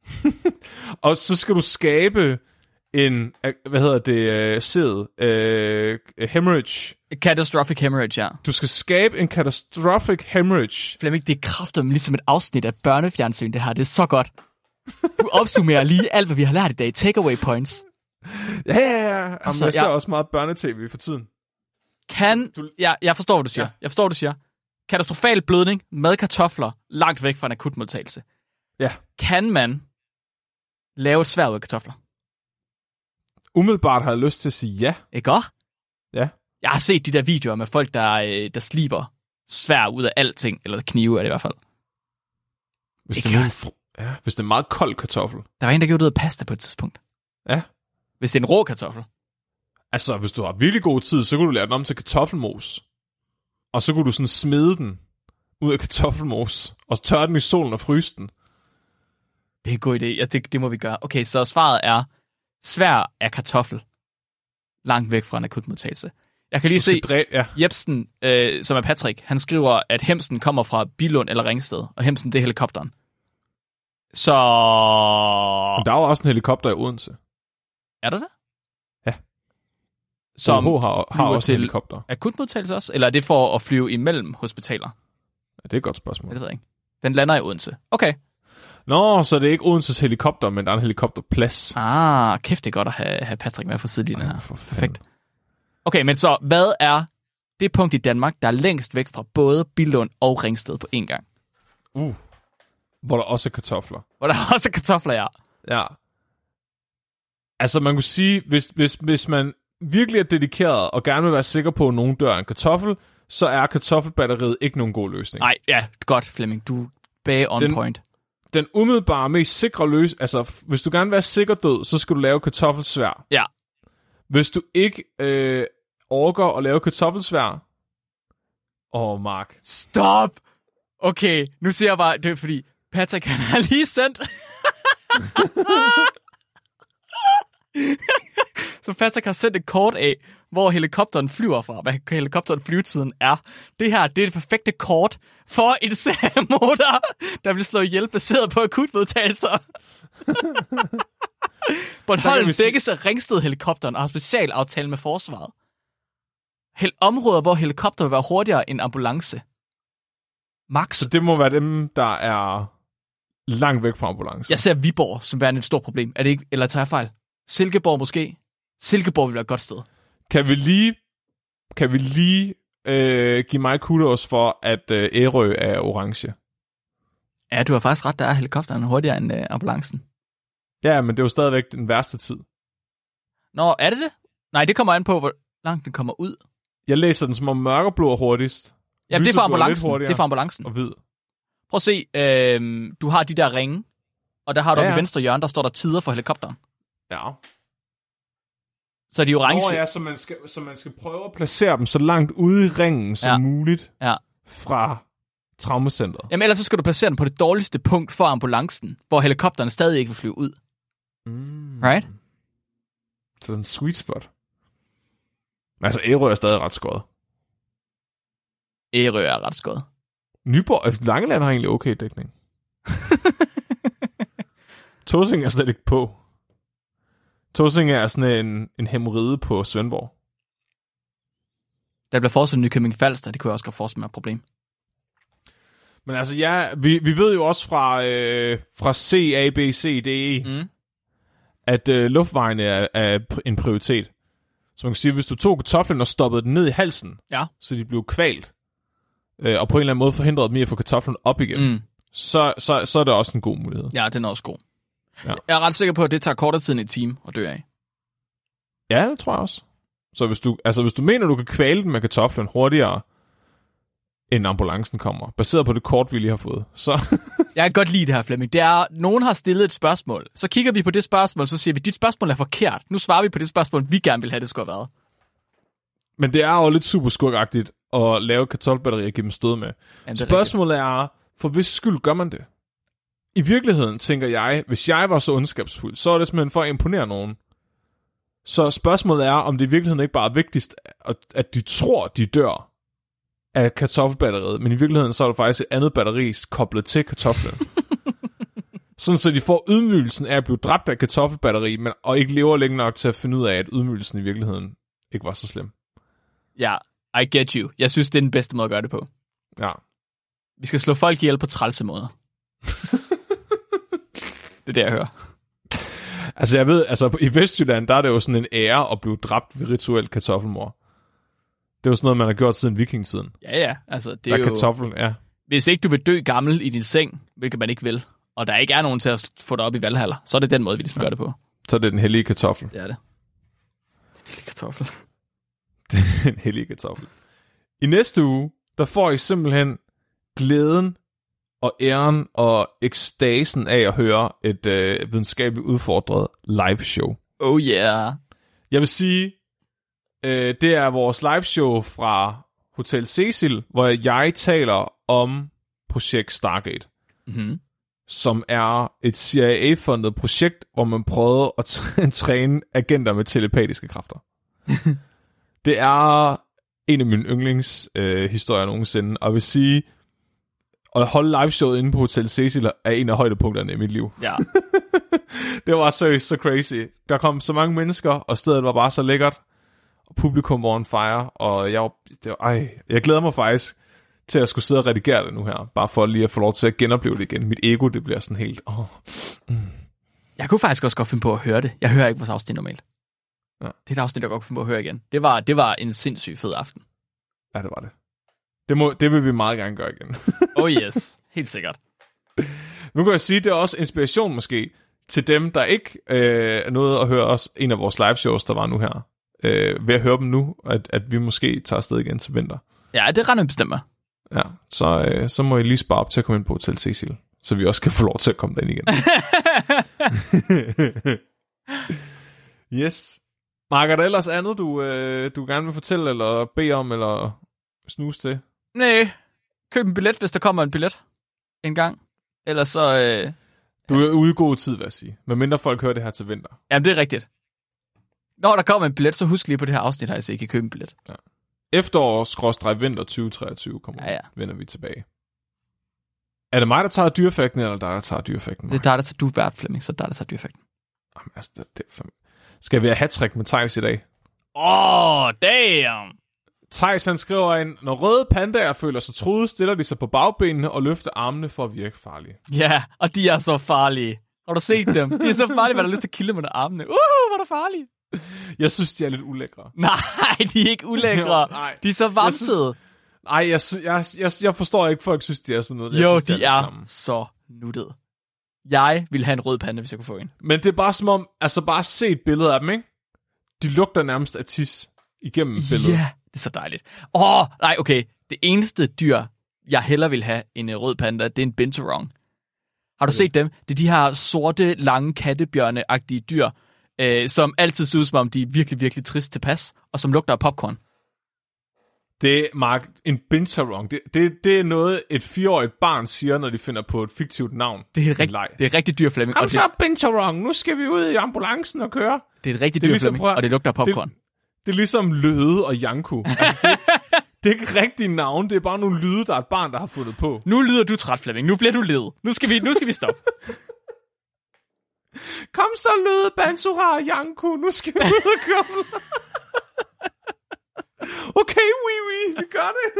Og så skal du skabe en, hvad hedder det, uh, sæd, uh, hemorrhage. Catastrophic hemorrhage, ja. Du skal skabe en catastrophic hemorrhage. Flemming, det er kraftigt ligesom et afsnit af børnefjernsyn, det her. Det er så godt. Du opsummerer lige alt, hvad vi har lært i dag. Takeaway points. Ja, ja, ja. Altså, jeg ser ja. også meget børnetv for tiden. Kan... Du... Ja, jeg forstår, hvad du siger. Ja. Jeg forstår, hvad du siger. Katastrofal blødning med kartofler langt væk fra en akutmodtagelse. Ja. Kan man lave et sværd ud af kartofler? Umiddelbart har jeg lyst til at sige ja. Ikke også? Ja. Jeg har set de der videoer med folk, der, der sliber sværd ud af alting, eller knive er det i hvert fald. Hvis Ikke det, er en, ja, hvis det er en meget kold kartoffel. Der var en, der gjorde det ud af pasta på et tidspunkt. Ja. Hvis det er en rå kartoffel. Altså, hvis du har virkelig god tid, så kunne du lære den om til kartoffelmos. Og så kunne du sådan smide den ud af kartoffelmos, og tørre den i solen og fryse den. Det er en god idé. Ja, det, det må vi gøre. Okay, så svaret er svær af kartoffel. Langt væk fra en akutmodtagelse. Jeg kan lige se, dræ- ja. Jebsen, øh, som er Patrick, han skriver, at Hemsen kommer fra Billund eller Ringsted, og Hemsen, det er helikopteren. Så... Men der er jo også en helikopter i Odense. Er der det? Ja. Som O H har, har også til en helikopter. akutmodtagelse også? Eller er det for at flyve imellem hospitaler? Ja, det er et godt spørgsmål. Det ved jeg ikke. Den lander i Odense. Okay. Nå, så det er ikke Odenses helikopter, men der er en helikopterplads. Ah, kæft, det er godt at have, have Patrick med fra sidelinjen her. For Perfekt. Okay, men så, hvad er det punkt i Danmark, der er længst væk fra både Billund og Ringsted på én gang? Uh. Hvor der også er kartofler. Hvor der også er kartofler, ja. Ja. Altså, man kunne sige, hvis, hvis, hvis man virkelig er dedikeret og gerne vil være sikker på, at nogen dør af en kartoffel, så er kartoffelbatteriet ikke nogen god løsning. Nej, ja, godt, Flemming. Du er bag on Den- point. Den umiddelbare, mest sikre løsning, altså, hvis du gerne vil være sikker død, så skal du lave kartoffelsvær. Ja. Hvis du ikke øh, overgår at lave kartoffelsvær, åh, oh, Mark. Stop! Okay, nu siger jeg bare, det er fordi, Patrick, han har lige sendt... Så Patrick har sendt et kort af, hvor helikopteren flyver fra, hvad helikopteren flyvetiden er. Det her, det er det perfekte kort for en seriemotor, der vil slå ihjel baseret på akutmodtagelser. Bornholm dækkes af Ringsted-helikopteren og har specialaftale med forsvaret. Hel- områder, hvor helikopter vil være hurtigere end ambulance. Max. Så det må være dem, der er langt væk fra ambulancen. Jeg ser Viborg som værende et stort problem. Er det ikke? Eller tager jeg fejl? Silkeborg måske? Silkeborg vil være et godt sted. Kan vi lige, kan vi lige øh, give mig kudos for, at øh, Ærø er orange? Ja, du har faktisk ret. Der er helikopteren hurtigere end øh, ambulancen. Ja, men det er jo stadigvæk den værste tid. Nå, er det det? Nej, det kommer an på, hvor langt den kommer ud. Jeg læser den som om mørkeblå er hurtigst. Ja, det er for ambulancen. Det Det er for ambulancen. Og hvid. Prøv at se. Øh, du har de der ringe, og der har du Ja, ja, ja. i venstre hjørne, der står der tider for helikopteren. Ja. Så er de orange. Nå ja, så man, skal, så man skal prøve at placere dem så langt ude i ringen som Ja. muligt Ja. fra traumacentret. Jamen ellers så skal du placere den på det dårligste punkt for ambulancen, hvor helikopteren stadig ikke vil flyve ud. Mm. Right? Så det er en sweet spot. Men altså, Ærø er stadig ret skåret. Ærø er ret skåret. Nyborg, altså Langeland har egentlig okay dækning. Tåsinge er slet ikke på. Tåsinge er sådan en, en hemorrhide på Svendborg. Der bliver forestillet Nykøbing Falster, det kunne jeg også godt forestille mig et problem. Men altså, ja, vi, vi ved jo også fra, øh, fra C, A, B, C, D, E, Mm. at øh, luftvejene er, er pr- en prioritet. Så man kan sige, at hvis du tog kartoflen og stoppede den ned i halsen, Ja. så de blev kvalt, øh, og på en eller anden måde forhindrede dem i at få kartoflen op igen, Mm. så, så, så er det også en god mulighed. Ja, den er også god. Ja. Jeg er ret sikker på, at det tager kortere tid end et time at dø af. Ja, det tror jeg også. Så hvis du, altså, hvis du mener, du kan kvæle den med kartoflen hurtigere, end ambulancen kommer, baseret på det kort, vi lige har fået, så... Jeg kan godt lide det her, Flemming. Det er, nogen har stillet et spørgsmål. Så kigger vi på det spørgsmål, så siger vi, dit spørgsmål er forkert. Nu svarer vi på det spørgsmål, vi gerne vil have, det skulle have været. Men det er jo lidt super skurkagtigt at lave kartoffelbatterier og give dem stød med. Jamen, det er Spørgsmålet er, for hvis skyld gør man det? I virkeligheden tænker jeg, hvis jeg var så ondskabsfuld, så er det simpelthen for at imponere nogen. Så spørgsmålet er, om det i virkeligheden ikke bare er vigtigst, at, at de tror, de dør af kartoffelbatteriet, men i virkeligheden så er der faktisk et andet batteri koblet til kartoflen. Sådan så de får ydmygelsen af at blive dræbt af kartoffelbatteri, men, og ikke lever længe nok til at finde ud af, at ydmygelsen i virkeligheden ikke var så slem. Ja, I get you. Jeg synes, det er den bedste måde at gøre det på. Ja. Vi skal slå folk ihjel på trælse måder. Det er det, jeg hører. Altså, jeg ved, altså i Vestjylland, der er det jo sådan en ære at blive dræbt ved rituel kartoffelmord. Det er jo sådan noget, man har gjort siden vikingetiden. Ja, ja. Altså, det er der jo... kartoflen, ja. Hvis ikke du vil dø gammel i din seng, hvilket man ikke vil, og der ikke er nogen til at få dig op i Valhalla, så er det den måde, vi ligesom ja. gør det på. Så er det den hellige kartoffel. Det er det. Den hellige kartoffel. Det er en hellige kartoffel. I næste uge, der får I simpelthen glæden og æren og ekstasen af at høre et øh, videnskabeligt udfordret live show. Oh yeah. Jeg vil sige, øh, det er vores live show fra Hotel Cecil, hvor jeg taler om projekt Stargate, Mm-hmm. som er et C I A-fundet projekt, hvor man prøvede at træ- træne agenter med telepatiske kræfter. Det er en af mine yndlingshistorier øh, nogensinde, og jeg vil sige, at holde liveshowet inde på Hotel Cecil er en af højdepunkterne i mit liv. Ja. Det var seriøst så crazy. Der kom så mange mennesker, og stedet var bare så lækkert, og publikum var on fire, og jeg, det var, ej, jeg glæder mig faktisk til at skulle sidde og redigere det nu her, bare for lige at få lov til at genopleve det igen. Mit ego, det bliver sådan helt... Åh. Mm. Jeg kunne faktisk også godt finde på at høre det. Jeg hører ikke vores afsnit normalt. Ja. Det er et afsnit, jeg godt kunne finde på at høre igen. Det var, det var en sindssyg fed aften. Ja, det var det. Det, må, det vil vi meget gerne gøre igen. Oh yes, helt sikkert. Nu kan jeg sige, at det er også inspiration måske til dem, der ikke øh, nåede at høre os en af vores live shows, der var nu her. Øh, ved at høre dem nu, at, at vi måske tager afsted igen til vinter. Ja, det regner vi bestemt med. Ja, så, øh, så må I lige spare op til at komme ind på Hotel Cecil, så vi også kan få lov til at komme derind igen. Yes. Mark, er der ellers andet, du, øh, du gerne vil fortælle, eller bede om, eller snuse til? Nej, køb en billet, hvis der kommer en billet en gang. Ellers så... Øh... Du er ude i god tid, vil jeg sige. Men mindre folk hører det her til vinter. Jamen, det er rigtigt. Når der kommer en billet, så husk lige på det her afsnit, her, så I kan købe en billet. Ja. Efterår-vinter tyve treogtyve kommer, ja, ja. vender vi tilbage. Er det mig, der tager dyrefakten, eller dig, der tager dyrefakten? Det er dig, der tager du hvert, Flemming, så er det dig, der tager dyrefakten. Jamen, altså, det, det for... Skal vi have hat-trick med Thijs i dag? Åh, oh, damn! Thijs, han skriver ind, når røde pandaer føler sig truet, stiller de sig på bagbenene og løfter armene for at virke farlige. Ja, og de er så farlige. Har du set dem? De er så farlige, hvad der har lyst til at kilde med armene. Uh, hvor er der farlige. Jeg synes, de er lidt ulækre. Nej, de er ikke ulækre. Jo, nej. De er så vamsede. Nej, jeg, jeg, jeg, jeg forstår ikke, folk synes, de er sådan noget. Jo, synes, de, de er, er så nuttede. Jeg ville have en rød panda, hvis jeg kunne få en. Men det er bare som om, altså bare se et billede af dem, ikke? De lugter nærmest af tis igennem billedet. Ja, det er så dejligt. Åh, oh, nej, okay. Det eneste dyr, jeg hellere vil have en rød panda, det er en binturong. Har du okay. set dem? Det er de her sorte, lange kattebjørne-agtige dyr, øh, som altid ser ud som om, de er virkelig, virkelig trist tilpas, og som lugter af popcorn. Det er, Mark, en binturong. Det, det, det er noget, et fireårigt barn siger, når de finder på et fiktivt navn. Det er, rigt, det er rigtig dyr, Flemming. Kom så, binturong. Nu skal vi ud i ambulancen og køre. Det er et rigtig dyr, ligesom, Flemming, og det lugter af popcorn. Det, det er ligesom Løde og Janku. Altså, det, det er ikke rigtige navn. Det er bare nogle lyde, der er et barn, der har fundet på. Nu lyder du træt, Flemming. Nu bliver du led. Nu skal vi, nu skal vi stoppe. Kom så, Løde, Bansura og Janku. Nu skal vi ud og køre. Okay, oui, oui, vi gør det.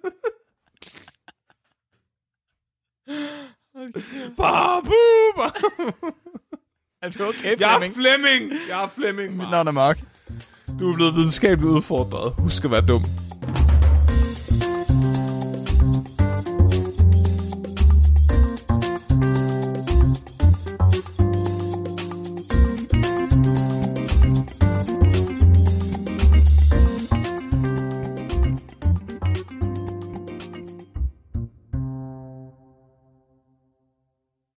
Okay. Babu, babu. Er du okay, Flemming? Jeg er Flemming. Jeg er Flemming. Mit navn er Mark. Du er blevet videnskabeligt udfordret. Husk at være dum.